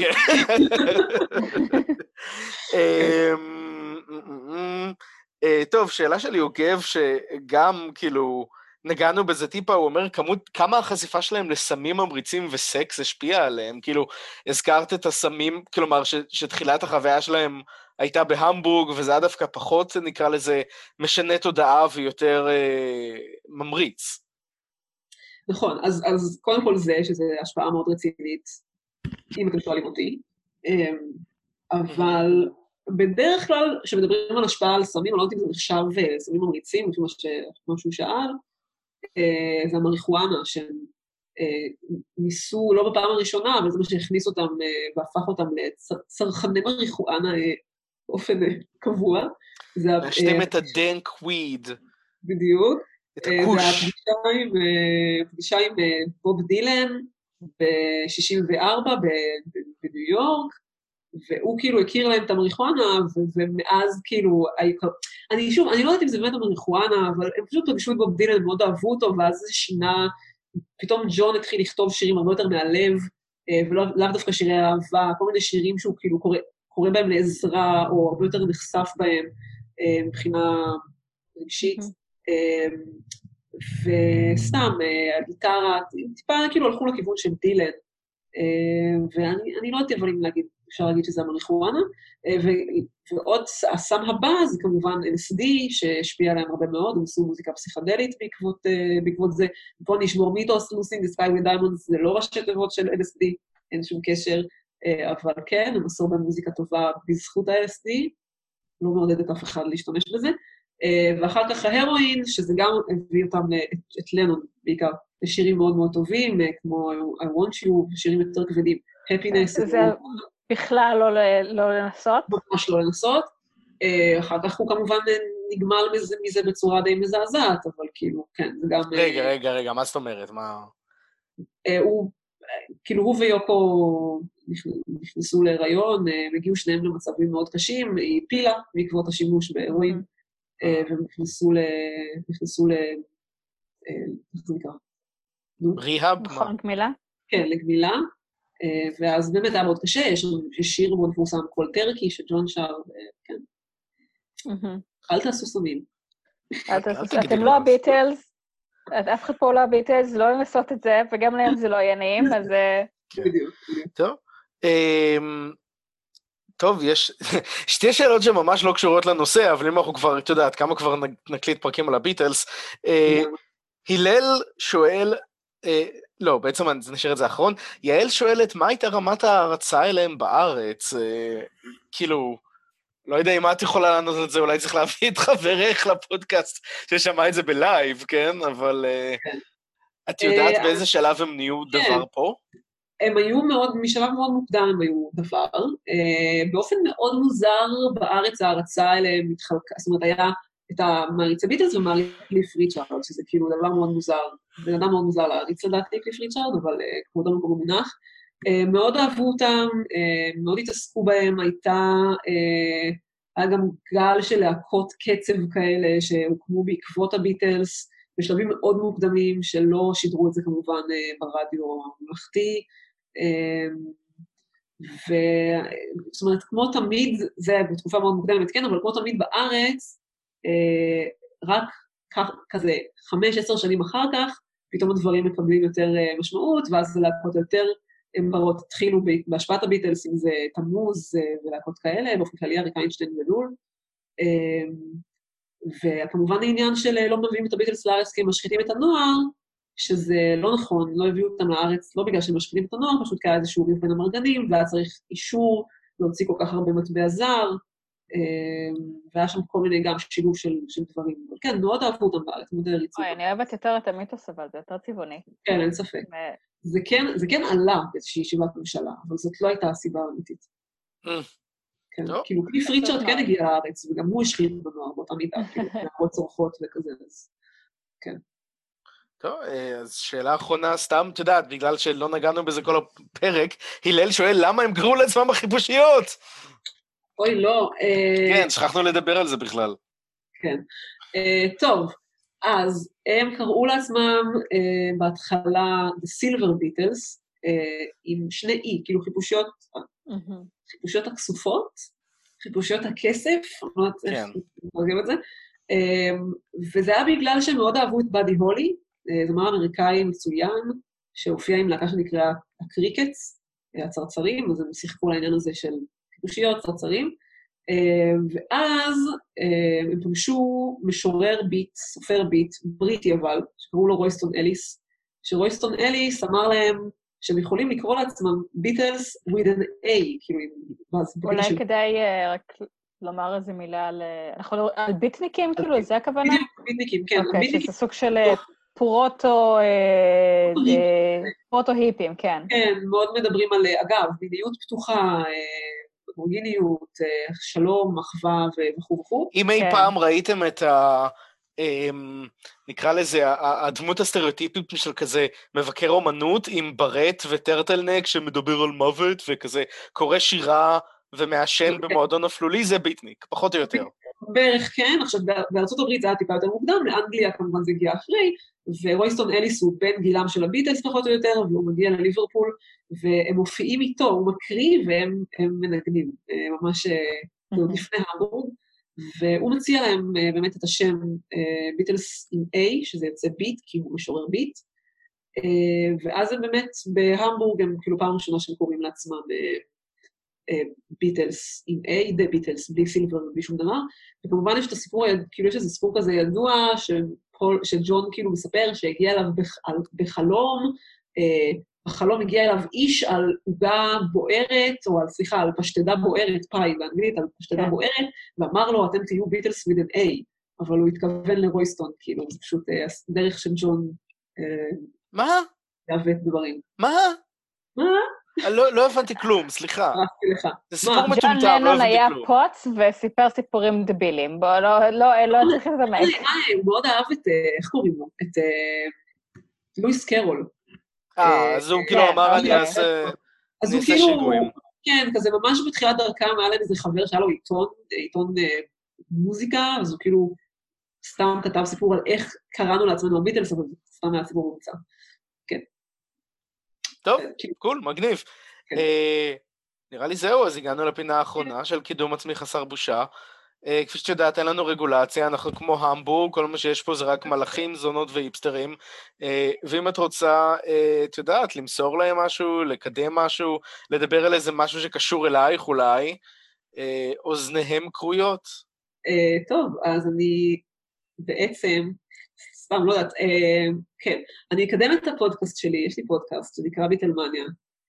טוב, שאלה של יוגב, שגם כאילו נגענו בזה טיפה, הוא אומר כמה החשיפה שלהם לסמים ממריצים וסקס השפיע עליהם, כאילו הזכרת את הסמים, כלומר שתחילת החוויה שלהם הייתה בהמבורג, וזה היה דווקא פחות, נקרא לזה, משנה תודעה ויותר ממריץ. נכון, אז קודם כל זה, שזו השפעה מאוד רצינית, אם אתם שואלים אותי, אבל בדרך כלל, כשמדברים על השפעה על סמים, אני לא יודעת אם זה נחשב סמים ממריצים, לפי מה שהוא שאל, זה המריחואנה, שהם ניסו, לא בפעם הראשונה, אבל זה מה שהכניס אותם והפך אותם לצרכני מריחואנה באופן קבוע. להשתים את הדנק וויד. בדיוק. את הכוש. והפגישה עם בוב דילן ב-64 בניו יורק, והוא כאילו הכיר להם את המריחואנה, ומאז כאילו, אני לא יודעת אם זה באמת המריחואנה, אבל הם פשוט פגשו את בוב דילן, הם מאוד אהבו אותו, ואז זה שינה, פתאום ג'ון התחיל לכתוב שירים הרבה יותר מהלב, ולאו דווקא שירי אהבה, כל מיני שירים שהוא כאילו קורא בהם לעזרה, או הרבה יותר נחשף בהם, מבחינה רגשית, וסתם, הגיטרה, טיפה כאילו הלכו לכיוון של דילן, ואני לא יודעת אבל אם אפשר להגיד שזה המריחואנה, ועוד הסם הבא זה כמובן LSD, שהשפיע עליהם הרבה מאוד, הם עשו מוזיקה פסיכדלית בעקבות זה, פה נשמור מיתוס, לוסינג, סקאי ודיימונדס, זה לא ראשי תיבות של LSD, אין שום קשר, אבל כן, הם עשו במוזיקה טובה בזכות ה-LSD, לא מעודדת אף אחד להשתמש בזה, ואחר כך ההרואין, שזה גם הביא אותם את לנון בעיקר, לשירים מאוד מאוד טובים, כמו I Want You, שירים יותר כבדים, Happiness. זה בכלל לא לנסות? ממש לא לנסות. אחר כך הוא כמובן נגמל מזה בצורה די מזעזעת, אבל כאילו, כן, זה גם... רגע, מה זאת אומרת? מה... הוא ויוקו נכנסו להיריון, הגיעו שניהם למצבים מאוד קשים, היא פילה בעקבות השימוש בהרואין, והם נכנסו ל... איך זה נקרא? ריהאב? נכון, גמילה? כן, לגמילה, ואז באמת היה מאוד קשה, יש שיר מאוד מפורסם, כל טרקי, שג'ון שר, כן. אל תעשו סמים. אתם לא הביטלס, אף אחד פה לא הביטלס, לא לנסות את זה, וגם להם זה לא יהיה נעים, אז... בדיוק. טוב. טוב, יש שתי שאלות שממש לא קשורות לנושא, אבל אם אנחנו כבר, את יודעת, כמה כבר נקליט פרקים על הביטלס, הלל שואל, לא, בעצם נשאר את זה האחרון, יעל שואלת, מה הייתה רמת ההרצאה אליהם בארץ? כאילו, לא יודע אם את יכולה לענות על זה, אולי צריך להביא את חברך לפודקאסט, ששמע את זה בלייב, כן? אבל את יודעת באיזה שלב הם נהיו דבר פה? הם היו משלב מאוד מוקדם הם היו דבר, באופן מאוד מוזר בארץ ההרצאה אליהם התחלקה, זאת אומרת היה את המעריץ הביטלס ומעריץ קליף ריצ'ארד, שזה כאילו דבר מאוד מוזר, בן אדם מאוד מוזר להריץ לדעתי קליף ריצ'ארד, אבל כבודו מקום המונח, מאוד אהבו אותם, מאוד התעסקו בהם, היה גם גל של להקות קצב כאלה שהוקמו בעקבות הביטלס, בשלבים מאוד מוקדמים שלא שידרו את זה כמובן ברדיו הממלכתי, זאת אומרת, כמו תמיד, זה בתקופה מאוד מוקדמת, כן, אבל כמו תמיד בארץ, רק כזה 5-10 שנים אחר כך, פתאום הדברים מקבלים יותר משמעות, ואז להקות יותר ברות התחילו בהשפעת הביטלס, אם זה תמוז ולהקות כאלה, באופן כללי אריק איינשטיין ולול, וכמובן העניין של לא מביאים את הביטלס לארץ כי הם משחיתים את הנוער, שזה לא נכון, לא הביאו אותם לארץ, לא בגלל שהם משחיתים את הנוער, פשוט כי היה איזשהו ריב בין המרגנים, והיה צריך אישור להוציא כל כך הרבה מטבע זר, והיה שם כל מיני גם שילוב של דברים. אבל כן, מאוד אהבו אותם בארץ, מאוד הריצו. אני אוהבת יותר את המיתוס, אבל זה יותר צבעוני. כן, אין ספק. זה כן עלה באיזושהי ישיבת ממשלה, אבל זאת לא הייתה הסיבה האמיתית. כן, כאילו קליף ריצ'ארד כן הגיע לארץ, וגם הוא השחית בנוער באותה מידה, כאילו, מהראות צורכות וכזה, אז כן. טוב, אז שאלה אחרונה, סתם, את יודעת, בגלל שלא נגענו בזה כל הפרק, הלל שואל למה הם גרו לעצמם בחיפושיות? אוי, לא. כן, שכחנו לדבר על זה בכלל. כן. טוב, אז הם קראו לעצמם בהתחלה The Silver Beatles, עם שני אי, כאילו חיפושיות הכסופות, חיפושיות הכסף, אני לא יודעת איך נתרגם את זה, וזה היה בגלל שהם מאוד אהבו את באדי הולי, זמר אמריקאי מצוין, שהופיע עם להקה שנקרא הקריקטס, הצרצרים, אז הם שיחקו לעניין הזה של חיפושיות, צרצרים, ואז הם פגשו משורר ביט, סופר ביט, בריטי אבל, שקראו לו רויסטון אליס, שרויסטון אליס אמר להם שהם יכולים לקרוא לעצמם ביטלס with an A, כאילו, אולי כדאי רק לומר איזה מילה על ביטניקים, כאילו, זה הכוונה? בדיוק, ביטניקים, כן. אוקיי, שזה סוג של פרוטו-היפים, כן. כן, מאוד מדברים על, אגב, מיניות פתוחה, הומוגיניות, שלום, אחווה וכו' וכו'. אם אי פעם ראיתם את נקרא לזה, הדמות הסטריאוטיפית של כזה מבקר אומנות עם ברט וטרטלנק שמדבר על מוות וכזה קורא שירה ומעשן במועדון אפלולי, זה ביטניק, פחות או יותר. בערך כן, עכשיו בארצות הברית זה היה טיפה יותר מוקדם, לאנגליה כמובן זה הגיע אחרי, ורויסטון אליס הוא בן גילם של הביטלס פחות או יותר, והוא מגיע לליברפול, והם מופיעים איתו, הוא מקריא והם מנגנים, ממש לפני המבורג, והוא מציע להם באמת את השם ביטלס עם A, שזה יוצא ביט, כי הוא משורר ביט, ואז הם באמת בהמבורג, הם כאילו פעם ראשונה שהם קוראים לעצמם ביטלס עם A, The Beatles, בלי סילבר ובלי שום דבר, וכמובן יש את הסיפור, כאילו יש איזה סיפור כזה ידוע, שג'ון כאילו מספר שהגיע אליו בחלום, בחלום הגיע אליו איש על עוגה בוערת, או על, סליחה, על פשטדה בוערת, פאי באנגלית, על פשטדה בוערת, ואמר לו, אתם תהיו ביטלס with an A, אבל הוא התכוון לרויסטון, כאילו, זה פשוט דרך של ג'ון, מה? לעוות דברים. מה? מה? לא הבנתי כלום, סליחה. זה סיפור מטומטם, לא הבנתי כלום. ג'ון לנון היה פוץ וסיפר סיפורים דבילים, בוא, לא צריך לדמק. הוא מאוד אהב את, איך קוראים לו? את לואיס קרול. אז הוא כאילו אמר, אני אעשה שיגועים. כן, כזה ממש בתחילת דרכם, היה להם איזה חבר שהיה לו עיתון מוזיקה, אז הוא כאילו סתם כתב סיפור על איך קראנו לעצמנו הביטלס, אבל סתם היה סיפור מומצא. כן. טוב, קול, מגניב. נראה לי זהו, אז הגענו לפינה האחרונה של קידום עצמי חסר בושה. כפי שאת יודעת, אין לנו רגולציה, אנחנו כמו המבורג, כל מה שיש פה זה רק מלאכים, זונות ואיפסטרים, ואם את רוצה, את יודעת, למסור להם משהו, לקדם משהו, לדבר על איזה משהו שקשור אלייך אולי, אוזניהם קרויות. טוב, אז אני בעצם, סתם, לא יודעת, כן, אני אקדם את הפודקאסט שלי, יש לי פודקאסט שנקרא ביטלמניה,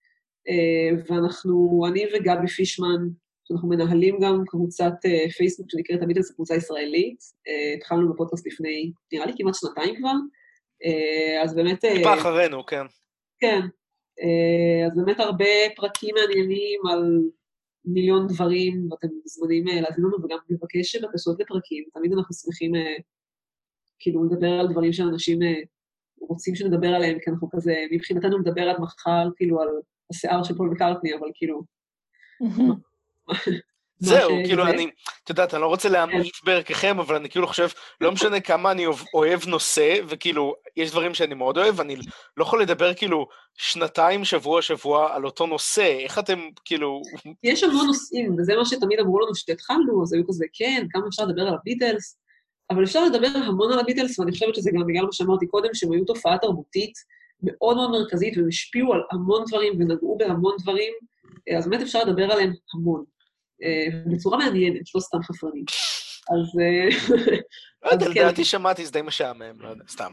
ואנחנו, אני וגבי פישמן, שאנחנו מנהלים גם קבוצת פייסבוק שנקראת הביטלס, קבוצה ישראלית, התחלנו בפודקאסט לפני, נראה לי כמעט שנתיים כבר, אז באמת... טיפה אחרינו, כן. כן, אז באמת הרבה פרקים מעניינים על מיליון דברים, ואתם מוזמנים להזמין לנו וגם לבקש בקשות לפרקים, תמיד אנחנו שמחים כאילו לדבר על דברים שאנשים רוצים שנדבר עליהם, כי אנחנו כזה, מבחינתנו מדבר עד מחר, כאילו על השיער של פול מקארטני, אבל כאילו... זהו, כאילו אני, את יודעת, אני לא רוצה להמעיט בערככם, אבל אני כאילו חושב, לא משנה כמה אני אוהב נושא, וכאילו, יש דברים שאני מאוד אוהב, אני לא יכול לדבר כאילו שנתיים, שבוע על אותו נושא, איך אתם כאילו... יש המון נושאים, וזה מה שתמיד אמרו לנו שהתחלנו, אז היו כזה, כן, כמה אפשר לדבר על הביטלס, אבל אפשר לדבר המון על הביטלס, ואני חושבת שזה גם בגלל מה שאמרתי קודם, שהם היו תופעה תרבותית מאוד מאוד מרכזית, והם השפיעו על המון דברים, ונגעו בהמון דברים, אז באמת אפשר לדבר עליהם המון. בצורה מעניינת, לא סתם חפרנית. אז... לדעתי שמעתי, זה די משעמם, לא יודע, סתם.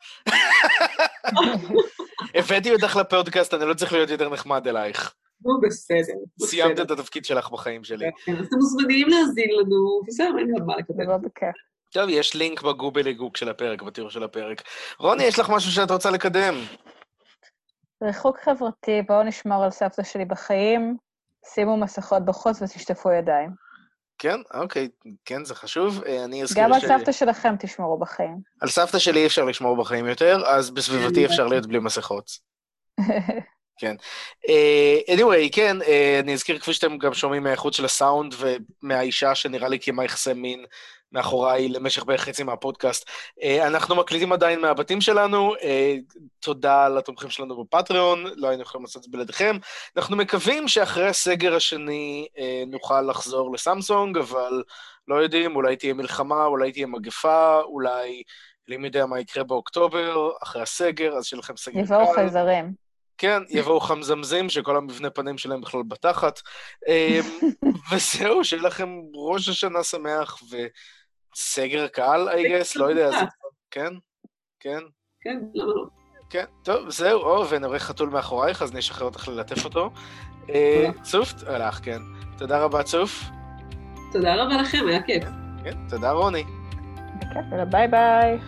הבאתי אותך לפודקאסט, אני לא צריך להיות יותר נחמד אלייך. נו, בסדר. סיימת את התפקיד שלך בחיים שלי. אז אתם מוזמנים להזין לנו, וזהו, אין לי עוד מה לקבל. זה לא בכיף. טוב, יש לינק בגוגל לגוק של הפרק, בתיאור של הפרק. רוני, יש לך משהו שאת רוצה לקדם? ריחוק חברתי, בואו נשמור על סבתא שלי בחיים, שימו מסכות בחוץ ותשטפו ידיים. כן, אוקיי, כן, זה חשוב. אני אזכיר גם על סבתא שלכם תשמרו בחיים. על סבתא שלי אי אפשר לשמור בחיים יותר, אז בסביבתי אפשר להיות בלי מסכות. כן. anyway, כן, אני אזכיר כפי שאתם גם שומעים מהאיכות של הסאונד ומהאישה שנראה לי קיימה יחסי מין מאחוריי למשך בערך חצי מהפודקאסט. אנחנו מקליטים עדיין מהבתים שלנו, תודה לתומכים שלנו בפטריון, לא היינו יכולים לעשות את זה בלעדיכם. אנחנו מקווים שאחרי הסגר השני נוכל לחזור לסמסונג, אבל לא יודעים, אולי תהיה מלחמה, אולי תהיה מגפה, אולי, לא יודע מה יקרה באוקטובר, אחרי הסגר, אז שיהיה לכם סגר קל. יבואו חייזרים. כן, יבואו חמזמזים, שכל המבנה פנים שלהם בכלל בתחת. וזהו, שיהיה לכם ראש השנה שמח וסגר קל, I guess, לא יודע. כן? כן? כן, למה לא? כן, טוב, זהו, ואני רואה חתול מאחורייך, אז נשחרר אותך ללטף אותו. צוף, הלך, כן. תודה רבה, צוף. תודה רבה לכם, היה כיף. כן, תודה רוני. בכיף, ביי ביי.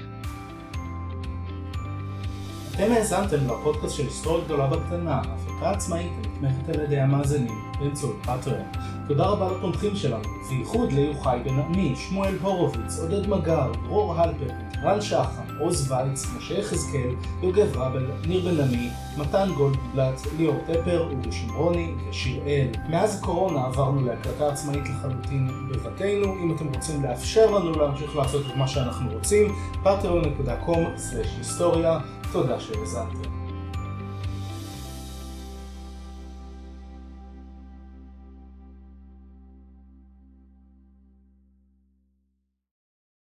אתם האזנתם לפודקאסט של היסטוריה גדולה בקטנה, הפקה עצמאית הנתמכת על ידי המאזינים באמצעות פטריון. תודה רבה לתומכים שלנו, בייחוד ליוחאי בן עמי, שמואל הורוביץ, עודד מגר, דרור הלפר, רן שחם, עוז וייץ, משה יחזקאל, יוגב רבל, ניר בן עמי, מתן גולדבלט, ליאור טפר, אורי שמרוני ושיראל. מאז הקורונה עברנו להקלטה עצמאית לחלוטין בבתינו. אם אתם רוצים לאפשר לנו להמשיך לעשות את מה שאנחנו רוצים, patreon.com/היסטוריה. תודה שהאזנתם.